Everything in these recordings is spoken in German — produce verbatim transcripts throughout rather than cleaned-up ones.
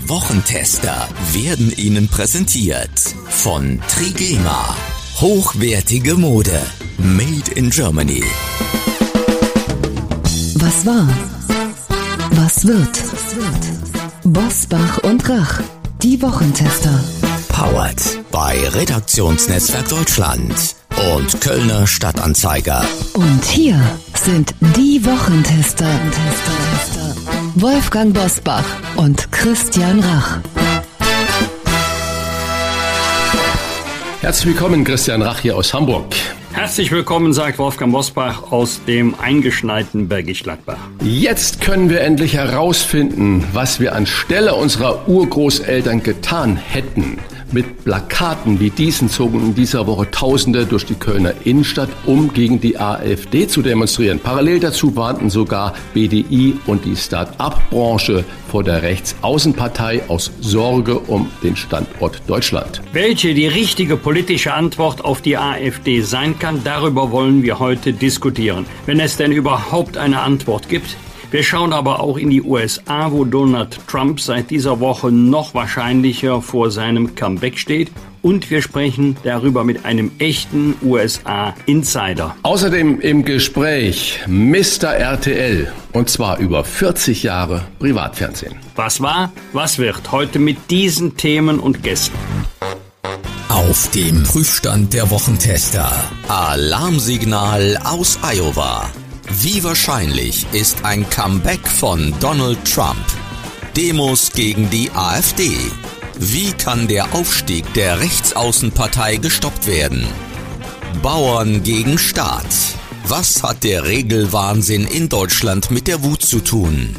Die Wochentester werden Ihnen präsentiert von Trigema. Hochwertige Mode. Made in Germany. Was war? Was wird? Bosbach und Rach. Die Wochentester. Powered bei Redaktionsnetzwerk Deutschland und Kölner Stadtanzeiger. Und hier sind die Wochentester. Wolfgang Bosbach und Christian Rach. Herzlich willkommen, Christian Rach hier aus Hamburg. Herzlich willkommen, sagt Wolfgang Bosbach aus dem eingeschneiten Bergisch Gladbach. Jetzt können wir endlich herausfinden, was wir anstelle unserer Urgroßeltern getan hätten. Mit Plakaten wie diesen zogen in dieser Woche Tausende durch die Kölner Innenstadt, um gegen die AfD zu demonstrieren. Parallel dazu warnten sogar B D I und die Start-up-Branche vor der Rechtsaußenpartei aus Sorge um den Standort Deutschland. Welche die richtige politische Antwort auf die AfD sein kann, darüber wollen wir heute diskutieren. Wenn es denn überhaupt eine Antwort gibt. Wir schauen aber auch in die U S A, wo Donald Trump seit dieser Woche noch wahrscheinlicher vor seinem Comeback steht. Und wir sprechen darüber mit einem echten U S A-Insider. Außerdem im Gespräch Mister R T L. Und zwar über vierzig Jahre Privatfernsehen. Was war, was wird? Heute mit diesen Themen und Gästen. Auf dem Prüfstand der Wochentester. Alarmsignal aus Iowa. Wie wahrscheinlich ist ein Comeback von Donald Trump? Demos gegen die AfD. Wie kann der Aufstieg der Rechtsaußenpartei gestoppt werden? Bauern gegen Staat. Was hat der Regelwahnsinn in Deutschland mit der Wut zu tun?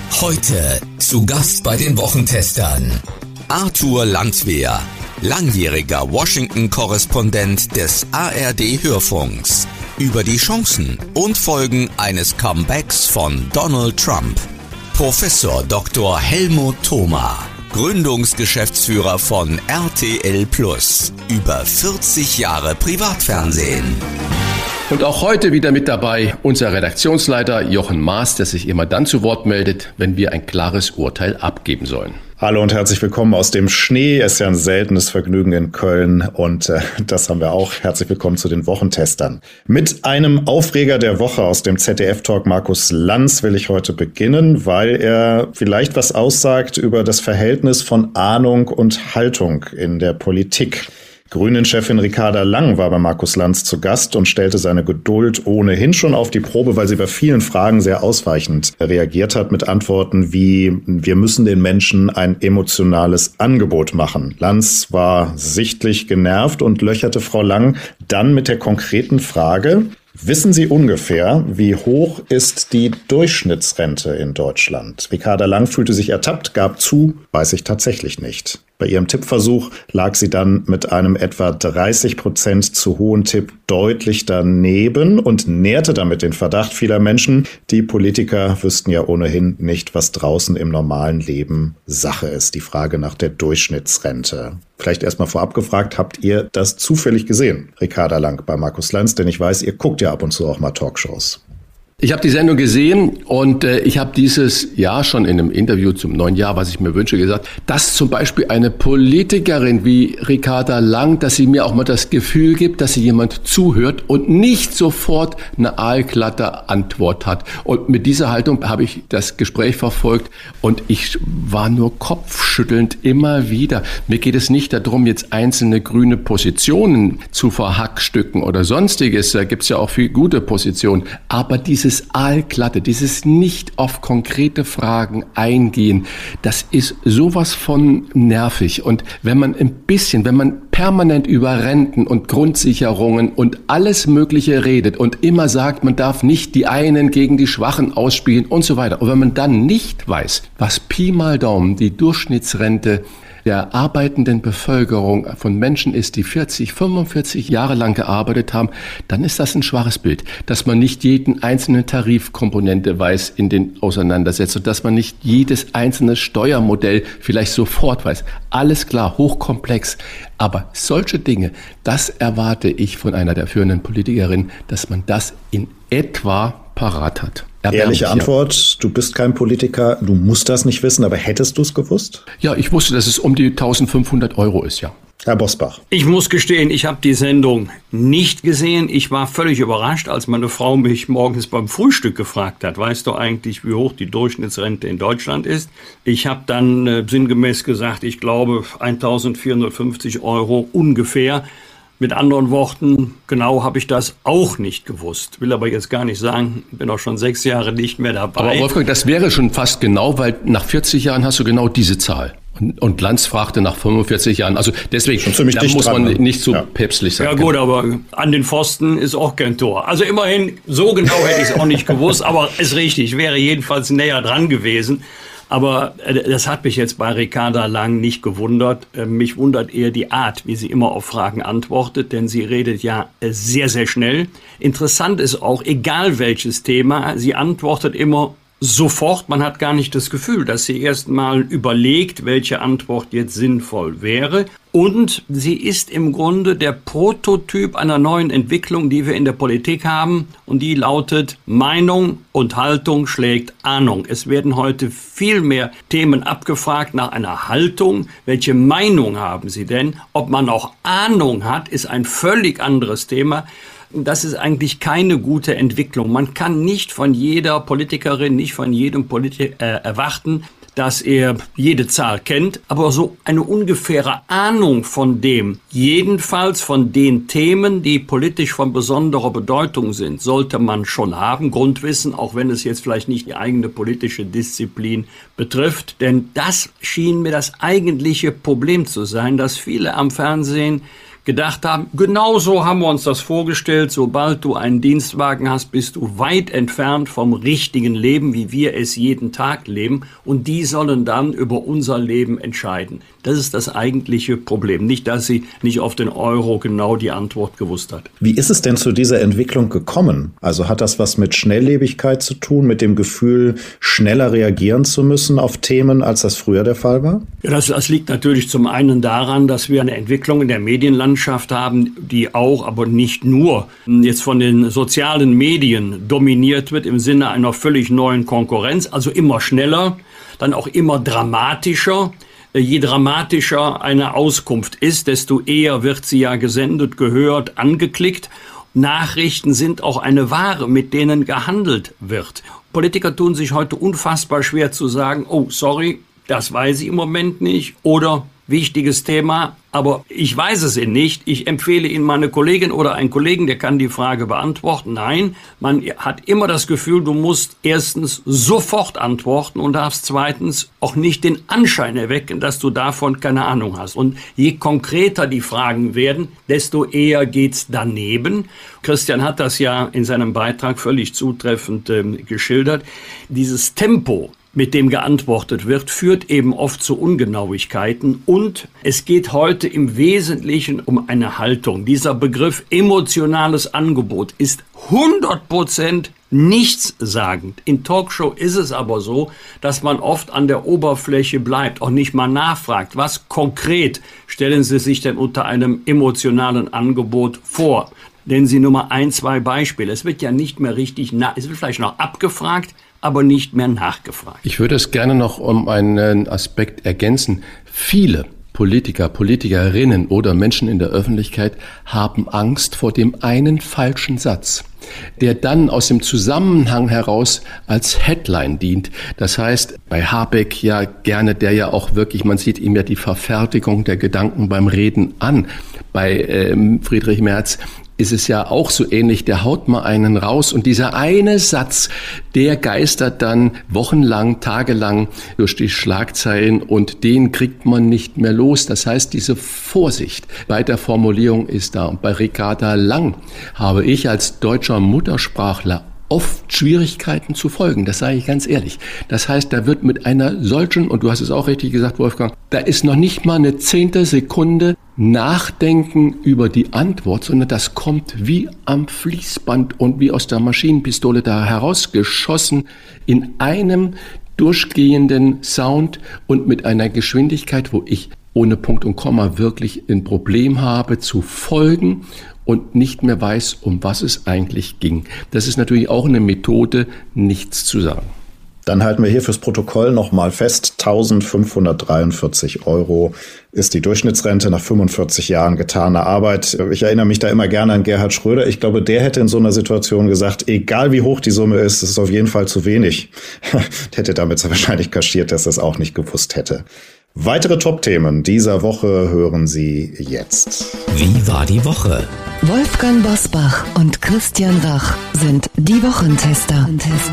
Heute zu Gast bei den Wochentestern Arthur Landwehr, langjähriger Washington-Korrespondent des A R D-Hörfunks. Über die Chancen und Folgen eines Comebacks von Donald Trump. Professor Doktor Helmut Thoma, Gründungsgeschäftsführer von R T L Plus. Über vierzig Jahre Privatfernsehen. Und auch heute wieder mit dabei unser Redaktionsleiter Jochen Maas, der sich immer dann zu Wort meldet, wenn wir ein klares Urteil abgeben sollen. Hallo und herzlich willkommen aus dem Schnee. Es ist ja ein seltenes Vergnügen in Köln und äh, das haben wir auch. Herzlich willkommen zu den Wochentestern. Mit einem Aufreger der Woche aus dem Z D F-Talk Markus Lanz will ich heute beginnen, weil er vielleicht was aussagt über das Verhältnis von Ahnung und Haltung in der Politik. Grünen-Chefin Ricarda Lang war bei Markus Lanz zu Gast und stellte seine Geduld ohnehin schon auf die Probe, weil sie bei vielen Fragen sehr ausweichend reagiert hat mit Antworten wie: Wir müssen den Menschen ein emotionales Angebot machen. Lanz war sichtlich genervt und löcherte Frau Lang dann mit der konkreten Frage: Wissen Sie ungefähr, wie hoch ist die Durchschnittsrente in Deutschland? Ricarda Lang fühlte sich ertappt, gab zu, weiß ich tatsächlich nicht. Bei ihrem Tippversuch lag sie dann mit einem etwa dreißig Prozent zu hohen Tipp deutlich daneben und nährte damit den Verdacht vieler Menschen, die Politiker wüssten ja ohnehin nicht, was draußen im normalen Leben Sache ist. Die Frage nach der Durchschnittsrente. Vielleicht erstmal vorab gefragt, habt ihr das zufällig gesehen, Ricarda Lang bei Markus Lanz? Denn ich weiß, ihr guckt ja ab und zu auch mal Talkshows. Ich habe die Sendung gesehen und äh, ich habe dieses Jahr schon in einem Interview zum neuen Jahr, was ich mir wünsche, gesagt, dass zum Beispiel eine Politikerin wie Ricarda Lang, dass sie mir auch mal das Gefühl gibt, dass sie jemand zuhört und nicht sofort eine aalglatte Antwort hat. Und mit dieser Haltung habe ich das Gespräch verfolgt und ich war nur kopfschüttelnd immer wieder. Mir geht es nicht darum, jetzt einzelne grüne Positionen zu verhackstücken oder sonstiges. Da gibt es ja auch viel gute Positionen. Aber dieses Aalglatte, dieses nicht auf konkrete Fragen eingehen, das ist sowas von nervig. Und wenn man ein bisschen, wenn man permanent über Renten und Grundsicherungen und alles Mögliche redet und immer sagt, man darf nicht die einen gegen die Schwachen ausspielen und so weiter. Und wenn man dann nicht weiß, was Pi mal Daumen die Durchschnittsrente der arbeitenden Bevölkerung von Menschen ist, die vierzig, fünfundvierzig Jahre lang gearbeitet haben, dann ist das ein schwaches Bild. Dass man nicht jeden einzelnen Tarifkomponente weiß in den Auseinandersetzungen, dass man nicht jedes einzelne Steuermodell vielleicht sofort weiß. Alles klar, hochkomplex. Aber solche Dinge, das erwarte ich von einer der führenden Politikerinnen, dass man das in etwa parat hat. Ehrliche Antwort, du bist kein Politiker, du musst das nicht wissen, aber hättest du es gewusst? Ja, ich wusste, dass es um die eintausendfünfhundert Euro ist, ja. Herr Bosbach. Ich muss gestehen, ich habe die Sendung nicht gesehen. Ich war völlig überrascht, als meine Frau mich morgens beim Frühstück gefragt hat, weißt du eigentlich, wie hoch die Durchschnittsrente in Deutschland ist? Ich habe dann äh, sinngemäß gesagt, ich glaube eintausendvierhundertfünfzig Euro ungefähr. Mit anderen Worten, genau habe ich das auch nicht gewusst. Will aber jetzt gar nicht sagen, bin auch schon sechs Jahre nicht mehr dabei. Aber Wolfgang, das wäre schon fast genau, weil nach vierzig Jahren hast du genau diese Zahl. Und, und Lanz fragte nach fünfundvierzig Jahren. Also deswegen, da muss man dran, nicht so ja. päpstlich sein. Ja gut, aber an den Pfosten ist auch kein Tor. Also immerhin, so genau hätte ich es auch nicht gewusst, aber ist richtig, wäre jedenfalls näher dran gewesen. Aber das hat mich jetzt bei Ricarda Lang nicht gewundert. Mich wundert eher die Art, wie sie immer auf Fragen antwortet, denn sie redet ja sehr, sehr schnell. Interessant ist auch, egal welches Thema, sie antwortet immer sofort. Man hat gar nicht das Gefühl, dass sie erst mal überlegt, welche Antwort jetzt sinnvoll wäre. Und sie ist im Grunde der Prototyp einer neuen Entwicklung, die wir in der Politik haben. Und die lautet, Meinung und Haltung schlägt Ahnung. Es werden heute viel mehr Themen abgefragt nach einer Haltung. Welche Meinung haben Sie denn? Ob man auch Ahnung hat, ist ein völlig anderes Thema. Das ist eigentlich keine gute Entwicklung. Man kann nicht von jeder Politikerin, nicht von jedem Politiker äh, erwarten, dass er jede Zahl kennt, aber so eine ungefähre Ahnung von dem, jedenfalls von den Themen, die politisch von besonderer Bedeutung sind, sollte man schon haben, Grundwissen, auch wenn es jetzt vielleicht nicht die eigene politische Disziplin betrifft. Denn das schien mir das eigentliche Problem zu sein, dass viele am Fernsehen gedacht haben, genau so haben wir uns das vorgestellt, sobald du einen Dienstwagen hast, bist du weit entfernt vom richtigen Leben, wie wir es jeden Tag leben, und die sollen dann über unser Leben entscheiden. Das ist das eigentliche Problem, nicht, dass sie nicht auf den Euro genau die Antwort gewusst hat. Wie ist es denn zu dieser Entwicklung gekommen? Also hat das was mit Schnelllebigkeit zu tun, mit dem Gefühl, schneller reagieren zu müssen auf Themen, als das früher der Fall war? Ja, das, das liegt natürlich zum einen daran, dass wir eine Entwicklung in der Medienlandschaft haben, die auch, aber nicht nur, jetzt von den sozialen Medien dominiert wird im Sinne einer völlig neuen Konkurrenz, also immer schneller, dann auch immer dramatischer. Je dramatischer eine Auskunft ist, desto eher wird sie ja gesendet, gehört, angeklickt. Nachrichten sind auch eine Ware, mit denen gehandelt wird. Politiker tun sich heute unfassbar schwer zu sagen, oh, sorry, das weiß ich im Moment nicht, oder wichtiges Thema, aber ich weiß es Ihnen nicht. Ich empfehle Ihnen meine Kollegin oder einen Kollegen, der kann die Frage beantworten. Nein, man hat immer das Gefühl, du musst erstens sofort antworten und darfst zweitens auch nicht den Anschein erwecken, dass du davon keine Ahnung hast. Und je konkreter die Fragen werden, desto eher geht's daneben. Christian hat das ja in seinem Beitrag völlig zutreffend äh, geschildert. Dieses Tempo, mit dem geantwortet wird, führt eben oft zu Ungenauigkeiten, und es geht heute im Wesentlichen um eine Haltung. Dieser Begriff emotionales Angebot ist hundert Prozent nichtssagend. In Talkshow ist es aber so, dass man oft an der Oberfläche bleibt, auch nicht mal nachfragt. Was konkret stellen Sie sich denn unter einem emotionalen Angebot vor? Nennen Sie nur mal ein, zwei Beispiele. Es wird ja nicht mehr richtig, na- es wird vielleicht noch abgefragt, aber nicht mehr nachgefragt. Ich würde es gerne noch um einen Aspekt ergänzen. Viele Politiker, Politikerinnen oder Menschen in der Öffentlichkeit haben Angst vor dem einen falschen Satz, der dann aus dem Zusammenhang heraus als Headline dient. Das heißt, bei Habeck ja gerne, der ja auch wirklich, man sieht ihm ja die Verfertigung der Gedanken beim Reden an. Bei ähm, Friedrich Merz ist es ja auch so ähnlich, der haut mal einen raus und dieser eine Satz, der geistert dann wochenlang, tagelang durch die Schlagzeilen und den kriegt man nicht mehr los. Das heißt, diese Vorsicht bei der Formulierung ist da. Und bei Ricarda Lang habe ich als deutscher Muttersprachler oft Schwierigkeiten zu folgen, das sage ich ganz ehrlich. Das heißt, da wird mit einer solchen, und du hast es auch richtig gesagt, Wolfgang, da ist noch nicht mal eine zehnte Sekunde Nachdenken über die Antwort, sondern das kommt wie am Fließband und wie aus der Maschinenpistole da herausgeschossen in einem durchgehenden Sound und mit einer Geschwindigkeit, wo ich ohne Punkt und Komma wirklich ein Problem habe zu folgen und nicht mehr weiß, um was es eigentlich ging. Das ist natürlich auch eine Methode, nichts zu sagen. Dann halten wir hier fürs Protokoll nochmal fest, eintausendfünfhundertdreiundvierzig Euro ist die Durchschnittsrente nach fünfundvierzig Jahren getaner Arbeit. Ich erinnere mich da immer gerne an Gerhard Schröder. Ich glaube, der hätte in so einer Situation gesagt, egal wie hoch die Summe ist, es ist auf jeden Fall zu wenig. Der hätte damit wahrscheinlich kaschiert, dass er es auch nicht gewusst hätte. Weitere Top-Themen dieser Woche hören Sie jetzt. Wie war die Woche? Wolfgang Bosbach und Christian Rach sind die Wochentester.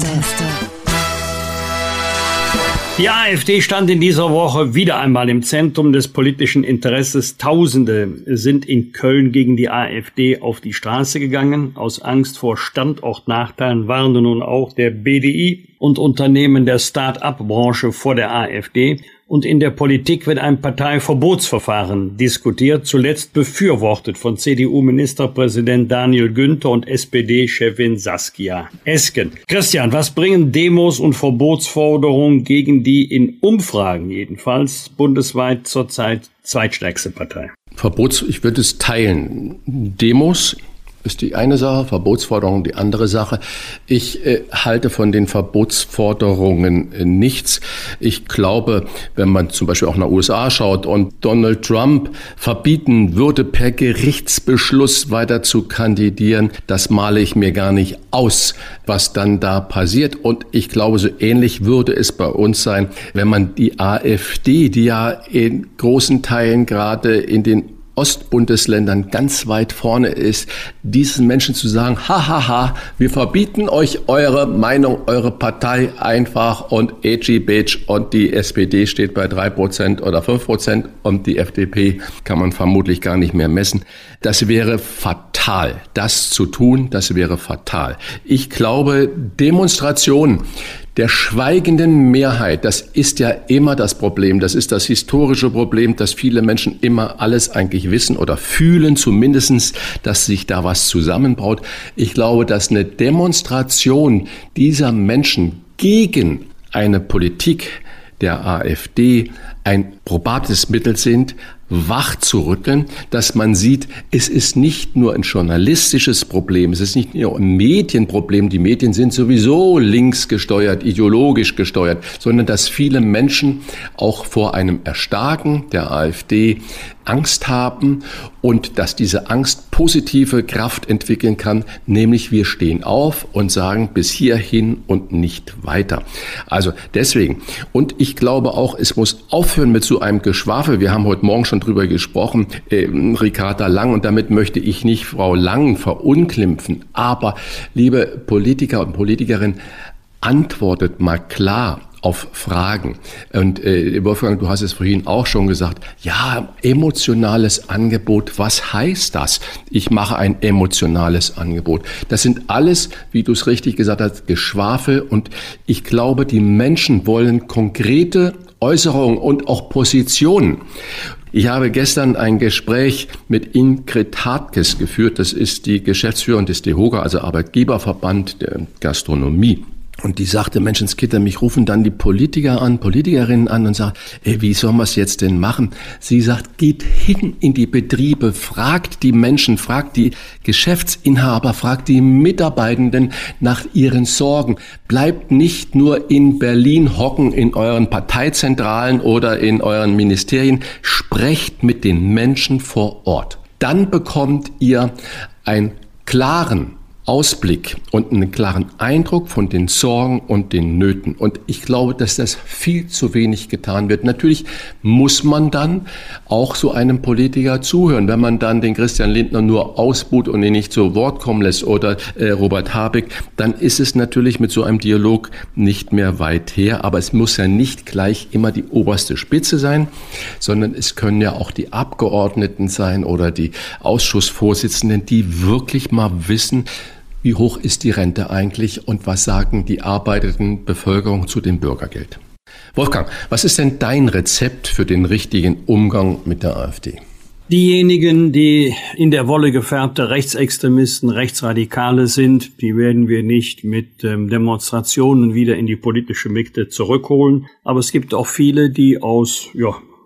Die AfD stand in dieser Woche wieder einmal im Zentrum des politischen Interesses. Tausende sind in Köln gegen die AfD auf die Straße gegangen. Aus Angst vor Standortnachteilen warnte nun auch der B D I und Unternehmen der Start-up-Branche vor der AfD. Und in der Politik wird ein Parteiverbotsverfahren diskutiert, zuletzt befürwortet von C D U-Ministerpräsident Daniel Günther und S P D-Chefin Saskia Esken. Christian, was bringen Demos und Verbotsforderungen gegen die in Umfragen jedenfalls bundesweit zurzeit zweitstärkste Partei? Verbots, ich würde es teilen. Demos ist die eine Sache, Verbotsforderungen die andere Sache. Ich äh, halte von den Verbotsforderungen äh, nichts. Ich glaube, wenn man zum Beispiel auch nach U S A schaut und Donald Trump verbieten würde, per Gerichtsbeschluss weiter zu kandidieren, das male ich mir gar nicht aus, was dann da passiert. Und ich glaube, so ähnlich würde es bei uns sein, wenn man die AfD, die ja in großen Teilen gerade in den Ostbundesländern ganz weit vorne ist, diesen Menschen zu sagen, hahaha, wir verbieten euch eure Meinung, eure Partei einfach und Edgy Bitch und die S P D steht bei drei Prozent oder fünf Prozent und die F D P kann man vermutlich gar nicht mehr messen. Das wäre fatal, das zu tun, das wäre fatal. Ich glaube, Demonstrationen der schweigenden Mehrheit, das ist ja immer das Problem, das ist das historische Problem, dass viele Menschen immer alles eigentlich wissen oder fühlen zumindestens, dass sich da was zusammenbraut. Ich glaube, dass eine Demonstration dieser Menschen gegen eine Politik der AfD ein probates Mittel sind, wach zu rütteln, dass man sieht, es ist nicht nur ein journalistisches Problem, es ist nicht nur ein Medienproblem, die Medien sind sowieso links gesteuert, ideologisch gesteuert, sondern dass viele Menschen auch vor einem Erstarken der AfD Angst haben und dass diese Angst positive Kraft entwickeln kann, nämlich wir stehen auf und sagen bis hierhin und nicht weiter. Also deswegen. Und ich glaube auch, es muss aufhören mit so einem Geschwafel. Wir haben heute Morgen schon drüber gesprochen, äh, Ricarda Lang, und damit möchte ich nicht Frau Lang verunglimpfen. Aber liebe Politiker und Politikerinnen, antwortet mal klar auf Fragen. Und äh, Wolfgang, du hast es vorhin auch schon gesagt, ja, emotionales Angebot, was heißt das? Ich mache ein emotionales Angebot. Das sind alles, wie du es richtig gesagt hast, Geschwafel, und ich glaube, die Menschen wollen konkrete Äußerungen und auch Positionen. Ich habe gestern ein Gespräch mit Ingrid Hartges geführt, das ist die Geschäftsführerin des DEHOGA, also Arbeitgeberverband der Gastronomie. Und die sagte, Menschenskinder, mich rufen dann die Politiker an, Politikerinnen an und sagen, ey, wie sollen wir es jetzt denn machen? Sie sagt, geht hin in die Betriebe, fragt die Menschen, fragt die Geschäftsinhaber, fragt die Mitarbeitenden nach ihren Sorgen. Bleibt nicht nur in Berlin hocken, in euren Parteizentralen oder in euren Ministerien. Sprecht mit den Menschen vor Ort. Dann bekommt ihr einen klaren Ausblick und einen klaren Eindruck von den Sorgen und den Nöten. Und ich glaube, dass das viel zu wenig getan wird. Natürlich muss man dann auch so einem Politiker zuhören. Wenn man dann den Christian Lindner nur ausbuht und ihn nicht zu Wort kommen lässt oder äh, Robert Habeck, dann ist es natürlich mit so einem Dialog nicht mehr weit her. Aber es muss ja nicht gleich immer die oberste Spitze sein, sondern es können ja auch die Abgeordneten sein oder die Ausschussvorsitzenden, die wirklich mal wissen, wie hoch ist die Rente eigentlich und was sagen die arbeitenden Bevölkerung zu dem Bürgergeld? Wolfgang, was ist denn dein Rezept für den richtigen Umgang mit der AfD? Diejenigen, die in der Wolle gefärbte Rechtsextremisten, Rechtsradikale sind, die werden wir nicht mit ähm, Demonstrationen wieder in die politische Mitte zurückholen. Aber es gibt auch viele, die aus ja,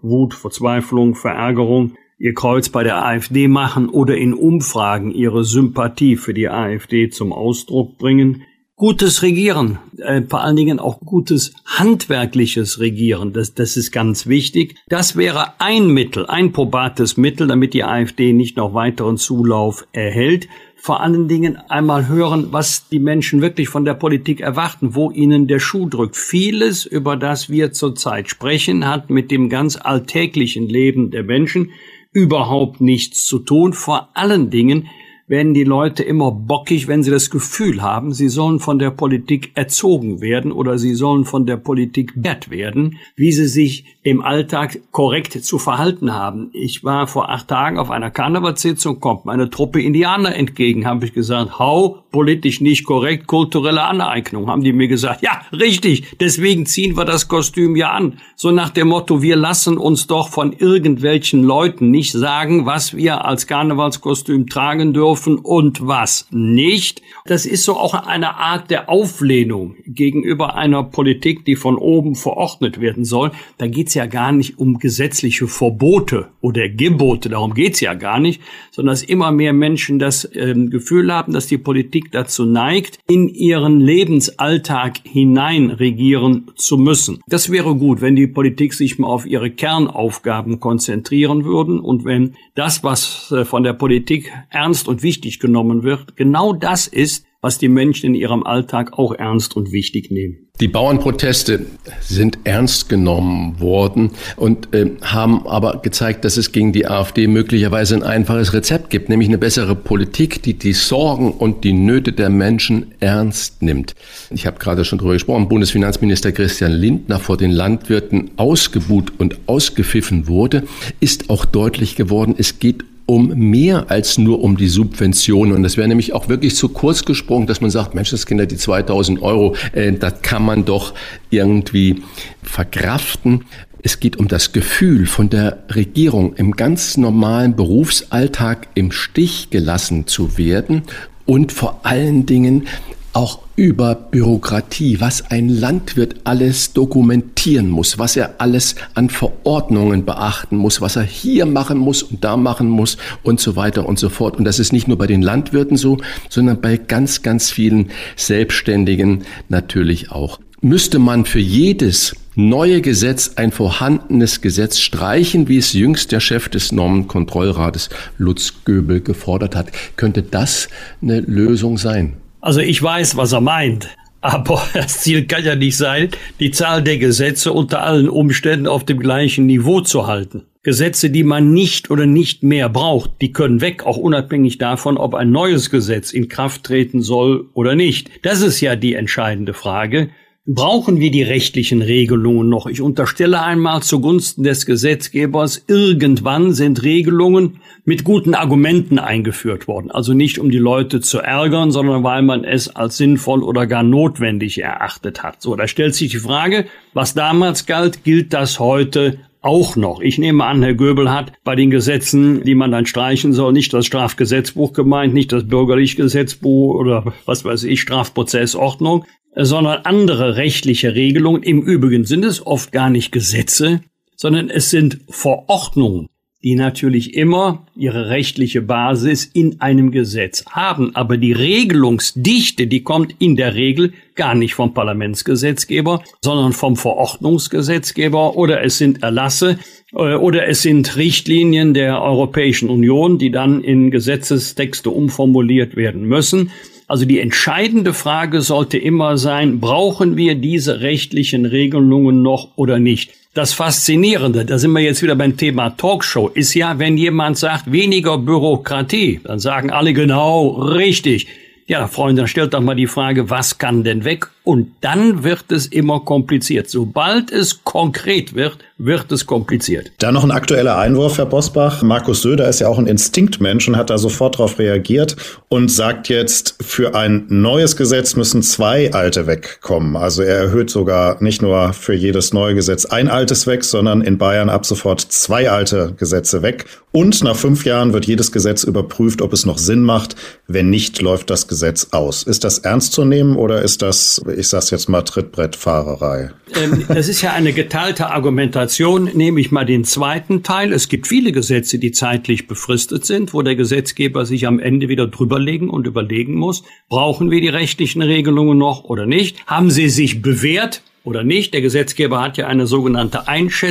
Wut, Verzweiflung, Verärgerung ihr Kreuz bei der AfD machen oder in Umfragen ihre Sympathie für die AfD zum Ausdruck bringen. Gutes Regieren, äh, vor allen Dingen auch gutes handwerkliches Regieren, das, das ist ganz wichtig. Das wäre ein Mittel, ein probates Mittel, damit die AfD nicht noch weiteren Zulauf erhält. Vor allen Dingen einmal hören, was die Menschen wirklich von der Politik erwarten, wo ihnen der Schuh drückt. Vieles, über das wir zurzeit sprechen, hat mit dem ganz alltäglichen Leben der Menschen überhaupt nichts zu tun. Vor allen Dingen werden die Leute immer bockig, wenn sie das Gefühl haben, sie sollen von der Politik erzogen werden oder sie sollen von der Politik belehrt werden, wie sie sich im Alltag korrekt zu verhalten haben. Ich war vor acht Tagen auf einer Karnevalssitzung, kommt meine Truppe Indianer entgegen, habe ich gesagt, hau, politisch nicht korrekt, kulturelle Aneignung. Haben die mir gesagt, ja, richtig, deswegen ziehen wir das Kostüm ja an. So nach dem Motto, wir lassen uns doch von irgendwelchen Leuten nicht sagen, was wir als Karnevalskostüm tragen dürfen und was nicht. Das ist so auch eine Art der Auflehnung gegenüber einer Politik, die von oben verordnet werden soll. Da geht's ja gar nicht um gesetzliche Verbote oder Gebote, darum geht's ja gar nicht, sondern dass immer mehr Menschen das äh, Gefühl haben, dass die Politik dazu neigt, in ihren Lebensalltag hinein regieren zu müssen. Das wäre gut, wenn die Politik sich mal auf ihre Kernaufgaben konzentrieren würden und wenn das, was äh, von der Politik ernst und wichtig genommen wird, genau das ist, was die Menschen in ihrem Alltag auch ernst und wichtig nehmen. Die Bauernproteste sind ernst genommen worden und äh, haben aber gezeigt, dass es gegen die AfD möglicherweise ein einfaches Rezept gibt, nämlich eine bessere Politik, die die Sorgen und die Nöte der Menschen ernst nimmt. Ich habe gerade schon drüber gesprochen, Bundesfinanzminister Christian Lindner vor den Landwirten ausgebuht und ausgepfiffen wurde, ist auch deutlich geworden, es geht um mehr als nur um die Subventionen. Und das wäre nämlich auch wirklich zu kurz gesprungen, dass man sagt, Menschenskinder, die zweitausend Euro, äh, das kann man doch irgendwie verkraften. Es geht um das Gefühl, von der Regierung im ganz normalen Berufsalltag im Stich gelassen zu werden und vor allen Dingen auch über Bürokratie, was ein Landwirt alles dokumentieren muss, was er alles an Verordnungen beachten muss, was er hier machen muss und da machen muss und so weiter und so fort. Und das ist nicht nur bei den Landwirten so, sondern bei ganz, ganz vielen Selbstständigen natürlich auch. Müsste man für jedes neue Gesetz ein vorhandenes Gesetz streichen, wie es jüngst der Chef des Normenkontrollrates Lutz Göbel gefordert hat, könnte das eine Lösung sein? Also ich weiß, was er meint, aber das Ziel kann ja nicht sein, die Zahl der Gesetze unter allen Umständen auf dem gleichen Niveau zu halten. Gesetze, die man nicht oder nicht mehr braucht, die können weg, auch unabhängig davon, ob ein neues Gesetz in Kraft treten soll oder nicht. Das ist ja die entscheidende Frage. Brauchen wir die rechtlichen Regelungen noch? Ich unterstelle einmal zugunsten des Gesetzgebers, irgendwann sind Regelungen mit guten Argumenten eingeführt worden. Also nicht, um die Leute zu ärgern, sondern weil man es als sinnvoll oder gar notwendig erachtet hat. So, da stellt sich die Frage, was damals galt, gilt das heute auch noch? Ich nehme an, Herr Göbel hat bei den Gesetzen, die man dann streichen soll, nicht das Strafgesetzbuch gemeint, nicht das Bürgerlichgesetzbuch oder was weiß ich, Strafprozessordnung, sondern andere rechtliche Regelungen. Im Übrigen sind es oft gar nicht Gesetze, sondern es sind Verordnungen, die natürlich immer ihre rechtliche Basis in einem Gesetz haben. Aber die Regelungsdichte, die kommt in der Regel gar nicht vom Parlamentsgesetzgeber, sondern vom Verordnungsgesetzgeber, oder es sind Erlasse oder es sind Richtlinien der Europäischen Union, die dann in Gesetzestexte umformuliert werden müssen. Also die entscheidende Frage sollte immer sein, brauchen wir diese rechtlichen Regelungen noch oder nicht? Das Faszinierende, da sind wir jetzt wieder beim Thema Talkshow, ist ja, wenn jemand sagt, weniger Bürokratie, dann sagen alle genau, richtig. Ja, Freunde, dann stellt doch mal die Frage, was kann denn weg? Und dann wird es immer kompliziert. Sobald es konkret wird, wird es kompliziert. Da noch ein aktueller Einwurf, Herr Bosbach. Markus Söder ist ja auch ein Instinktmensch und hat da sofort darauf reagiert und sagt jetzt, für ein neues Gesetz müssen zwei alte wegkommen. Also er erhöht sogar nicht nur für jedes neue Gesetz ein altes weg, sondern in Bayern ab sofort zwei alte Gesetze weg. Und nach fünf Jahren wird jedes Gesetz überprüft, ob es noch Sinn macht. Wenn nicht, läuft das Gesetz aus. Ist das ernst zu nehmen oder ist das ich sag's jetzt mal, Trittbrettfahrerei. Ähm, das ist ja eine geteilte Argumentation. Nehme ich mal den zweiten Teil. Es gibt viele Gesetze, die zeitlich befristet sind, wo der Gesetzgeber sich am Ende wieder drüberlegen und überlegen muss, brauchen wir die rechtlichen Regelungen noch oder nicht? Haben sie sich bewährt oder nicht? Der Gesetzgeber hat ja eine sogenannte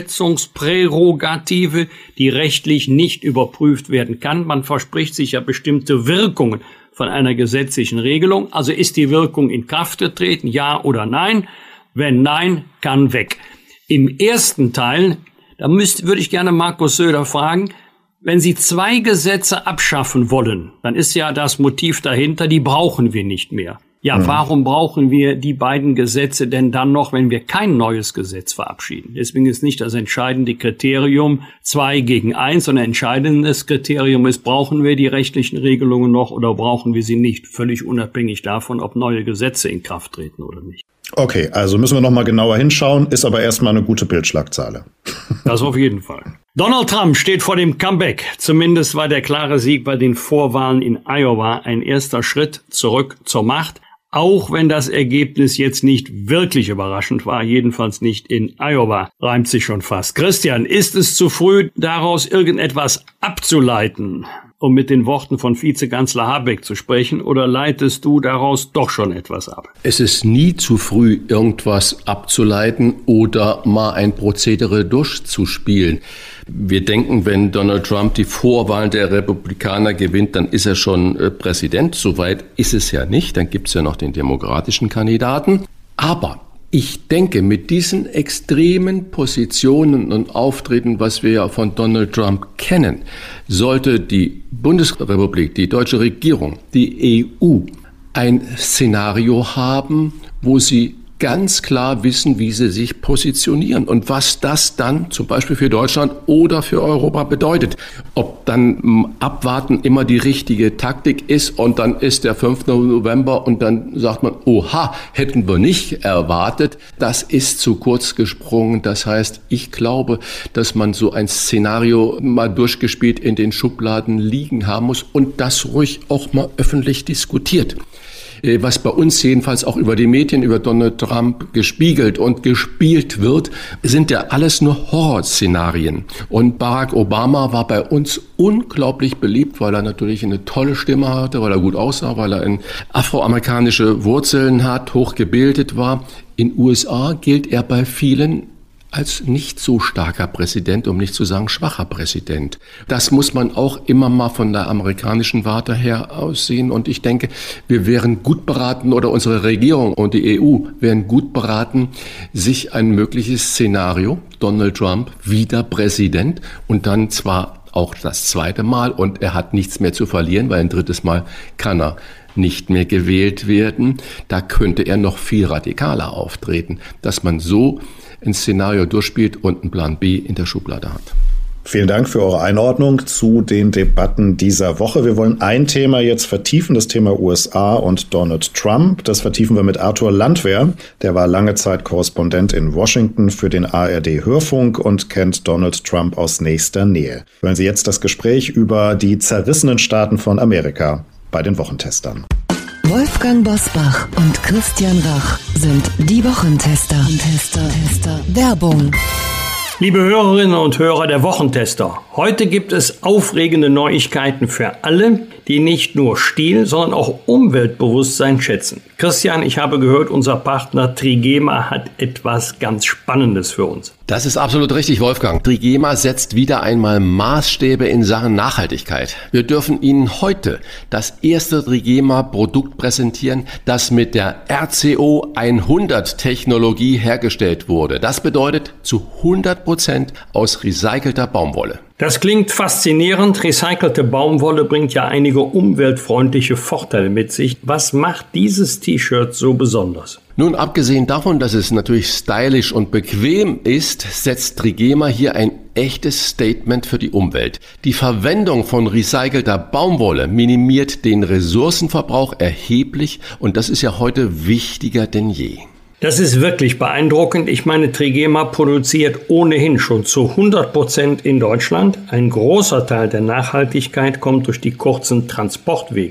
Einschätzungsprärogative, die rechtlich nicht überprüft werden kann. Man verspricht sich ja bestimmte Wirkungen von einer gesetzlichen Regelung. Also ist die Wirkung in Kraft getreten, ja oder nein? Wenn nein, kann weg. Im ersten Teil, da müsst, würde ich gerne Markus Söder fragen, wenn Sie zwei Gesetze abschaffen wollen, dann ist ja das Motiv dahinter, die brauchen wir nicht mehr. Ja, mhm. Warum brauchen wir die beiden Gesetze denn dann noch, wenn wir kein neues Gesetz verabschieden? Deswegen ist nicht das entscheidende Kriterium zwei gegen eins, sondern entscheidendes Kriterium ist, brauchen wir die rechtlichen Regelungen noch oder brauchen wir sie nicht? Völlig unabhängig davon, ob neue Gesetze in Kraft treten oder nicht. Okay, also müssen wir noch mal genauer hinschauen, ist aber erstmal eine gute Bildschlagzeile. Das auf jeden Fall. Donald Trump steht vor dem Comeback. Zumindest war der klare Sieg bei den Vorwahlen in Iowa ein erster Schritt zurück zur Macht. Auch wenn das Ergebnis jetzt nicht wirklich überraschend war, jedenfalls nicht in Iowa, reimt sich schon fast. Christian, ist es zu früh, daraus irgendetwas abzuleiten, um mit den Worten von Vizekanzler Habeck zu sprechen, oder leitest du daraus doch schon etwas ab? Es ist nie zu früh, irgendwas abzuleiten oder mal ein Prozedere durchzuspielen. Wir denken, wenn Donald Trump die Vorwahlen der Republikaner gewinnt, dann ist er schon äh, Präsident. Soweit ist es ja nicht. Dann gibt es ja noch den demokratischen Kandidaten. Aber ich denke, mit diesen extremen Positionen und Auftreten, was wir ja von Donald Trump kennen, sollte die Bundesrepublik, die deutsche Regierung, die E U ein Szenario haben, wo sie ganz klar wissen, wie sie sich positionieren und was das dann zum Beispiel für Deutschland oder für Europa bedeutet. Ob dann abwarten immer die richtige Taktik ist und dann ist der fünfte November und dann sagt man, oha, hätten wir nicht erwartet. Das ist zu kurz gesprungen. Das heißt, ich glaube, dass man so ein Szenario mal durchgespielt in den Schubladen liegen haben muss und das ruhig auch mal öffentlich diskutiert. Was bei uns jedenfalls auch über die Medien, über Donald Trump gespiegelt und gespielt wird, sind ja alles nur Horrorszenarien. Und Barack Obama war bei uns unglaublich beliebt, weil er natürlich eine tolle Stimme hatte, weil er gut aussah, weil er afroamerikanische Wurzeln hat, hochgebildet war. In U S A gilt er bei vielen als nicht so starker Präsident, um nicht zu sagen schwacher Präsident. Das muss man auch immer mal von der amerikanischen Warte her aussehen. Und ich denke, wir wären gut beraten, oder unsere Regierung und die E U wären gut beraten, sich ein mögliches Szenario, Donald Trump wieder Präsident und dann zwar auch das zweite Mal, und er hat nichts mehr zu verlieren, weil ein drittes Mal kann er nicht mehr gewählt werden. Da könnte er noch viel radikaler auftreten, dass man so ein Szenario durchspielt und einen Plan B in der Schublade hat. Vielen Dank für eure Einordnung zu den Debatten dieser Woche. Wir wollen ein Thema jetzt vertiefen, das Thema U S A und Donald Trump. Das vertiefen wir mit Arthur Landwehr. Der war lange Zeit Korrespondent in Washington für den A R D-Hörfunk und kennt Donald Trump aus nächster Nähe. Hören Sie jetzt das Gespräch über die zerrissenen Staaten von Amerika bei den Wochentestern. Wolfgang Bosbach und Christian Rach sind die Wochentester. Tester, Tester. Werbung. Liebe Hörerinnen und Hörer der Wochentester, heute gibt es aufregende Neuigkeiten für alle, die nicht nur Stil, sondern auch Umweltbewusstsein schätzen. Christian, ich habe gehört, unser Partner Trigema hat etwas ganz Spannendes für uns. Das ist absolut richtig, Wolfgang. Trigema setzt wieder einmal Maßstäbe in Sachen Nachhaltigkeit. Wir dürfen Ihnen heute das erste Trigema-Produkt präsentieren, das mit der R C O hundert Technologie hergestellt wurde. Das bedeutet zu hundert Prozent aus recycelter Baumwolle. Das klingt faszinierend. Recycelte Baumwolle bringt ja einige umweltfreundliche Vorteile mit sich. Was macht dieses T-Shirt so besonders? Nun, abgesehen davon, dass es natürlich stylisch und bequem ist, setzt Trigema hier ein echtes Statement für die Umwelt. Die Verwendung von recycelter Baumwolle minimiert den Ressourcenverbrauch erheblich und das ist ja heute wichtiger denn je. Das ist wirklich beeindruckend. Ich meine, Trigema produziert ohnehin schon zu hundert Prozent in Deutschland. Ein großer Teil der Nachhaltigkeit kommt durch die kurzen Transportwege.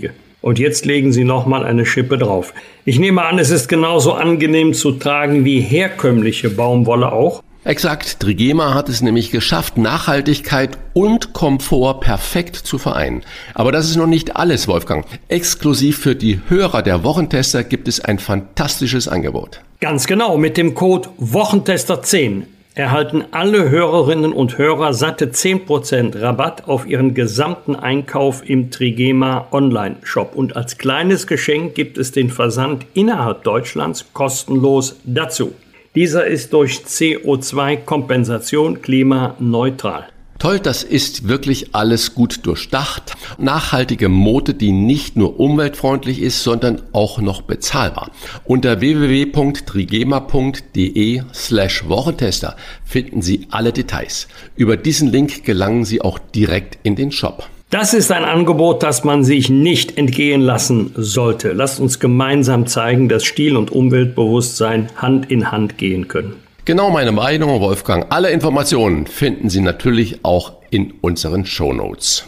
Und jetzt legen Sie nochmal eine Schippe drauf. Ich nehme an, es ist genauso angenehm zu tragen wie herkömmliche Baumwolle auch. Exakt, Trigema hat es nämlich geschafft, Nachhaltigkeit und Komfort perfekt zu vereinen. Aber das ist noch nicht alles, Wolfgang. Exklusiv für die Hörer der Wochentester gibt es ein fantastisches Angebot. Ganz genau, mit dem Code Wochentester zehn erhalten alle Hörerinnen und Hörer satte zehn Prozent Rabatt auf ihren gesamten Einkauf im Trigema Online-Shop. Und als kleines Geschenk gibt es den Versand innerhalb Deutschlands kostenlos dazu. Dieser ist durch C O zwei Kompensation klimaneutral. Toll, das ist wirklich alles gut durchdacht. Nachhaltige Mode, die nicht nur umweltfreundlich ist, sondern auch noch bezahlbar. Unter w w w punkt trigema punkt de slash Wochentester finden Sie alle Details. Über diesen Link gelangen Sie auch direkt in den Shop. Das ist ein Angebot, das man sich nicht entgehen lassen sollte. Lasst uns gemeinsam zeigen, dass Stil- und Umweltbewusstsein Hand in Hand gehen können. Genau meine Meinung, Wolfgang. Alle Informationen finden Sie natürlich auch in unseren Shownotes.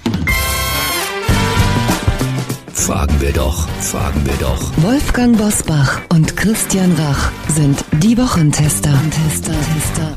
Fragen wir doch, fragen wir doch. Wolfgang Bosbach und Christian Rach sind die Wochentester. Tester, Tester.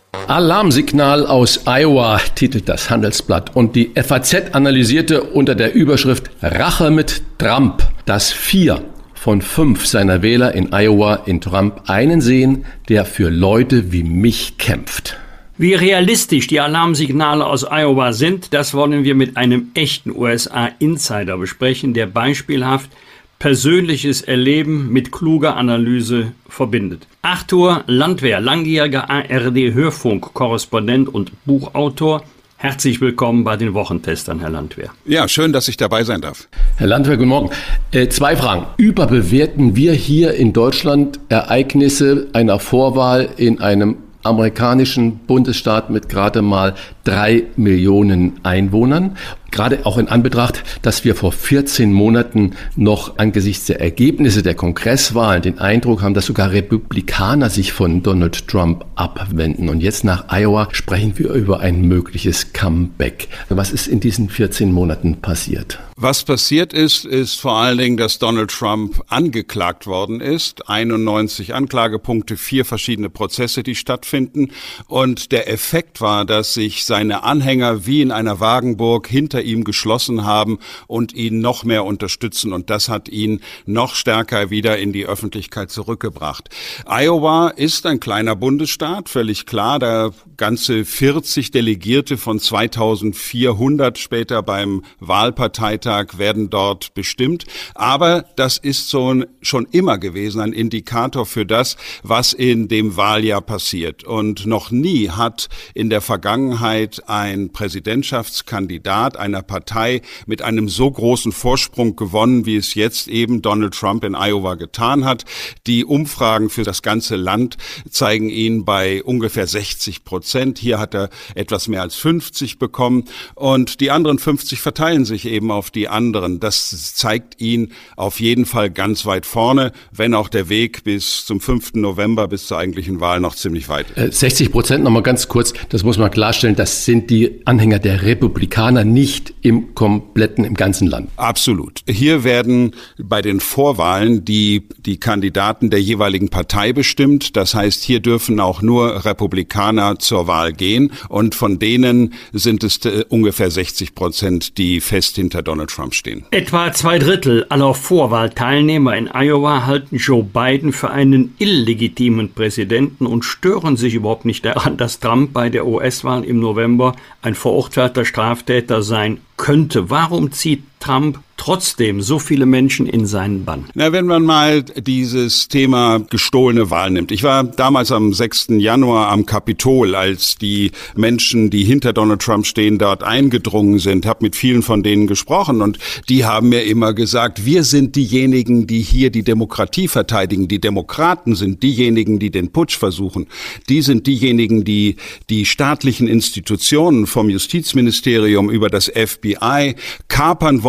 Alarmsignal aus Iowa, titelt das Handelsblatt. Und die F A Z analysierte unter der Überschrift Rache mit Trump, dass vier von fünf seiner Wähler in Iowa in Trump einen sehen, der für Leute wie mich kämpft. Wie realistisch die Alarmsignale aus Iowa sind, das wollen wir mit einem echten U S A-Insider besprechen, der beispielhaft persönliches Erleben mit kluger Analyse verbindet. Arthur Landwehr, langjähriger A R D-Hörfunk-Korrespondent und Buchautor. Herzlich willkommen bei den Wochentestern, Herr Landwehr. Ja, schön, dass ich dabei sein darf. Herr Landwehr, guten Morgen. Äh, zwei Fragen. Überbewerten wir hier in Deutschland Ereignisse einer Vorwahl in einem amerikanischen Bundesstaat mit gerade mal drei Millionen Einwohnern? Gerade auch in Anbetracht, dass wir vor vierzehn Monaten noch angesichts der Ergebnisse der Kongresswahlen den Eindruck haben, dass sogar Republikaner sich von Donald Trump abwenden. Und jetzt nach Iowa sprechen wir über ein mögliches Comeback. Was ist in diesen vierzehn Monaten passiert? Was passiert ist, ist vor allen Dingen, dass Donald Trump angeklagt worden ist. einundneunzig Anklagepunkte, vier verschiedene Prozesse, die stattfinden. Und der Effekt war, dass sich seine Anhänger wie in einer Wagenburg hinter ihm geschlossen haben und ihn noch mehr unterstützen. Und das hat ihn noch stärker wieder in die Öffentlichkeit zurückgebracht. Iowa ist ein kleiner Bundesstaat, völlig klar. Da ganze vierzig Delegierte von zweitausendvierhundert später beim Wahlparteitag werden dort bestimmt. Aber das ist so schon immer gewesen, ein Indikator für das, was in dem Wahljahr passiert. Und noch nie hat in der Vergangenheit ein Präsidentschaftskandidat einer Partei mit einem so großen Vorsprung gewonnen, wie es jetzt eben Donald Trump in Iowa getan hat. Die Umfragen für das ganze Land zeigen ihn bei ungefähr sechzig Prozent. Hier hat er etwas mehr als fünfzig bekommen und die anderen fünfzig verteilen sich eben auf die anderen. Das zeigt ihn auf jeden Fall ganz weit vorne, wenn auch der Weg bis zum fünften November, bis zur eigentlichen Wahl noch ziemlich weit ist. sechzig Prozent, nochmal ganz kurz, das muss man klarstellen, das sind die Anhänger der Republikaner, nicht im kompletten, im ganzen Land. Absolut. Hier werden bei den Vorwahlen die, die Kandidaten der jeweiligen Partei bestimmt. Das heißt, hier dürfen auch nur Republikaner zur Wahl gehen. Und von denen sind es äh, ungefähr sechzig Prozent, die fest hinter Donald Trump stehen. Etwa zwei Drittel aller Vorwahlteilnehmer in Iowa halten Joe Biden für einen illegitimen Präsidenten und stören sich überhaupt nicht daran, dass Trump bei der U S-Wahl im November ein verurteilter Straftäter sein könnte. Warum zieht Trump trotzdem so viele Menschen in seinen Bann? Na, wenn man mal dieses Thema gestohlene Wahl nimmt. Ich war damals am sechsten Januar am Kapitol, als die Menschen, die hinter Donald Trump stehen, dort eingedrungen sind, habe mit vielen von denen gesprochen und die haben mir immer gesagt, wir sind diejenigen, die hier die Demokratie verteidigen. Die Demokraten sind diejenigen, die den Putsch versuchen. Die sind diejenigen, die die staatlichen Institutionen vom Justizministerium über das F B I kapern wollen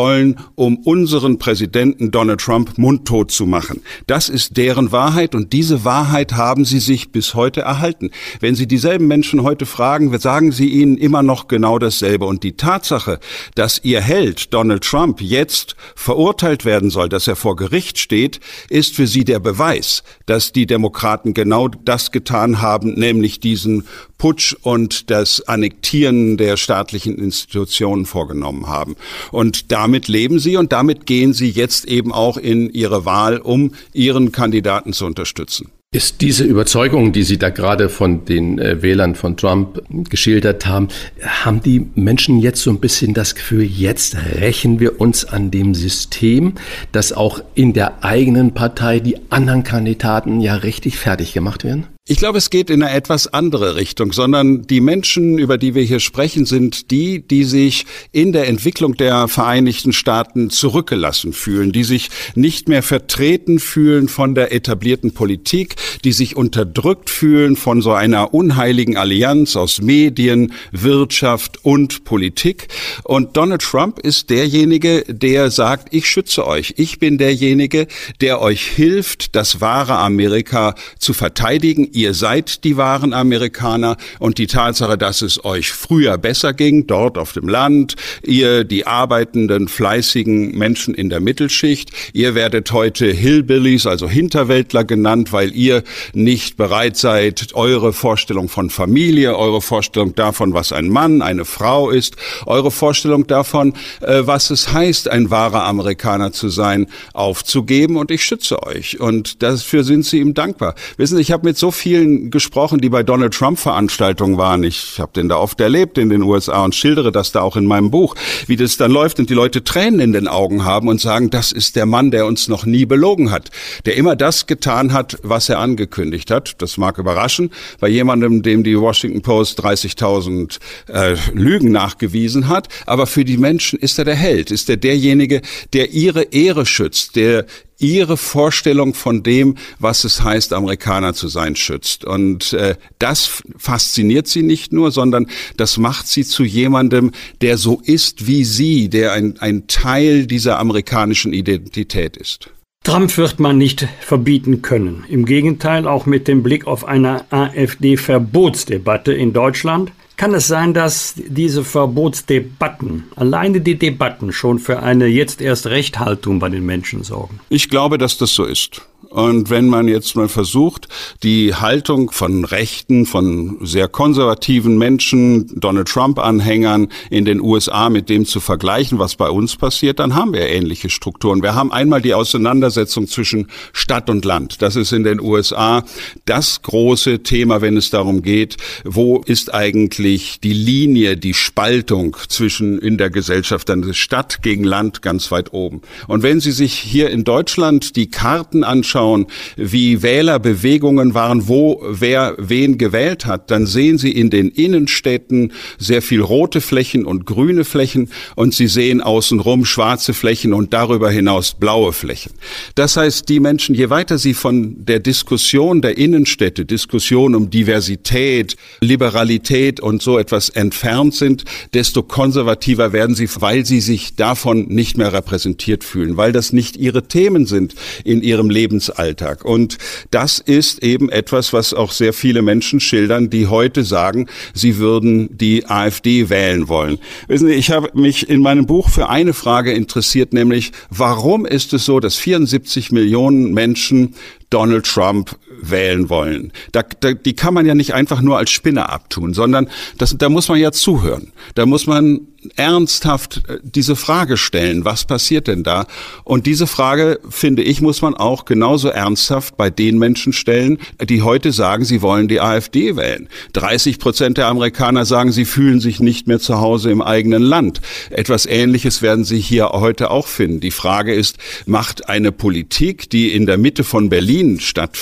wollen, um unseren Präsidenten Donald Trump mundtot zu machen. Das ist deren Wahrheit und diese Wahrheit haben sie sich bis heute erhalten. Wenn Sie dieselben Menschen heute fragen, sagen sie ihnen immer noch genau dasselbe. Und die Tatsache, dass ihr Held Donald Trump jetzt verurteilt werden soll, dass er vor Gericht steht, ist für sie der Beweis, dass die Demokraten genau das getan haben, nämlich diesen Putsch und das Annektieren der staatlichen Institutionen vorgenommen haben. Und damit leben sie und damit gehen sie jetzt eben auch in ihre Wahl, um ihren Kandidaten zu unterstützen. Ist diese Überzeugung, die Sie da gerade von den äh, Wählern von Trump geschildert haben, haben die Menschen jetzt so ein bisschen das Gefühl, jetzt rächen wir uns an dem System, dass auch in der eigenen Partei die anderen Kandidaten ja richtig fertig gemacht werden? Ich glaube, es geht in eine etwas andere Richtung, sondern die Menschen, über die wir hier sprechen, sind die, die sich in der Entwicklung der Vereinigten Staaten zurückgelassen fühlen, die sich nicht mehr vertreten fühlen von der etablierten Politik, die sich unterdrückt fühlen von so einer unheiligen Allianz aus Medien, Wirtschaft und Politik. Und Donald Trump ist derjenige, der sagt, ich schütze euch. Ich bin derjenige, der euch hilft, das wahre Amerika zu verteidigen. Ihr seid die wahren Amerikaner und die Tatsache, dass es euch früher besser ging, dort auf dem Land, ihr die arbeitenden, fleißigen Menschen in der Mittelschicht, ihr werdet heute Hillbillies, also Hinterwäldler genannt, weil ihr nicht bereit seid, eure Vorstellung von Familie, eure Vorstellung davon, was ein Mann, eine Frau ist, eure Vorstellung davon, was es heißt, ein wahrer Amerikaner zu sein, aufzugeben und ich schütze euch. Und dafür sind sie ihm dankbar. Wissen Sie, ich habe mit so vielen gesprochen, die bei Donald Trump Veranstaltungen waren. Ich habe den da oft erlebt in den U S A und schildere das da auch in meinem Buch, wie das dann läuft und die Leute Tränen in den Augen haben und sagen, das ist der Mann, der uns noch nie belogen hat, der immer das getan hat, was er angekündigt hat. Das mag überraschen, bei jemandem, dem die Washington Post dreißigtausend äh, Lügen nachgewiesen hat, aber für die Menschen ist er der Held, ist er derjenige, der ihre Ehre schützt, der ihre Vorstellung von dem, was es heißt, Amerikaner zu sein, schützt. Und äh, das fasziniert sie nicht nur, sondern das macht sie zu jemandem, der so ist wie sie, der ein, ein Teil dieser amerikanischen Identität ist. Trump wird man nicht verbieten können. Im Gegenteil, auch mit dem Blick auf eine AfD-Verbotsdebatte in Deutschland kann es sein, dass diese Verbotsdebatten, alleine die Debatten, schon für eine jetzt erst Rechthaltung bei den Menschen sorgen. Ich glaube, dass das so ist. Und wenn man jetzt mal versucht, die Haltung von Rechten, von sehr konservativen Menschen, Donald Trump-Anhängern in den U S A mit dem zu vergleichen, was bei uns passiert, dann haben wir ähnliche Strukturen. Wir haben einmal die Auseinandersetzung zwischen Stadt und Land. Das ist in den U S A das große Thema, wenn es darum geht, wo ist eigentlich die Linie, die Spaltung zwischen in der Gesellschaft, dann ist Stadt gegen Land ganz weit oben. Und wenn Sie sich hier in Deutschland die Karten anschauen, wie Wählerbewegungen waren, wo wer wen gewählt hat, dann sehen Sie in den Innenstädten sehr viel rote Flächen und grüne Flächen und Sie sehen außenrum schwarze Flächen und darüber hinaus blaue Flächen. Das heißt, die Menschen, je weiter sie von der Diskussion der Innenstädte, Diskussion um Diversität, Liberalität und so etwas entfernt sind, desto konservativer werden sie, weil sie sich davon nicht mehr repräsentiert fühlen, weil das nicht ihre Themen sind in ihrem Lebensalltag. Und das ist eben etwas, was auch sehr viele Menschen schildern, die heute sagen, sie würden die AfD wählen wollen. Wissen Sie, ich habe mich in meinem Buch für eine Frage interessiert, nämlich warum ist es so, dass vierundsiebzig Millionen Menschen Donald Trump wählen wollen. Da, da, die kann man ja nicht einfach nur als Spinner abtun, sondern das, da muss man ja zuhören. Da muss man ernsthaft diese Frage stellen, was passiert denn da? Und diese Frage, finde ich, muss man auch genauso ernsthaft bei den Menschen stellen, die heute sagen, sie wollen die AfD wählen. dreißig Prozent der Amerikaner sagen, sie fühlen sich nicht mehr zu Hause im eigenen Land. Etwas Ähnliches werden Sie hier heute auch finden. Die Frage ist, macht eine Politik, die in der Mitte von Berlin stattfindet,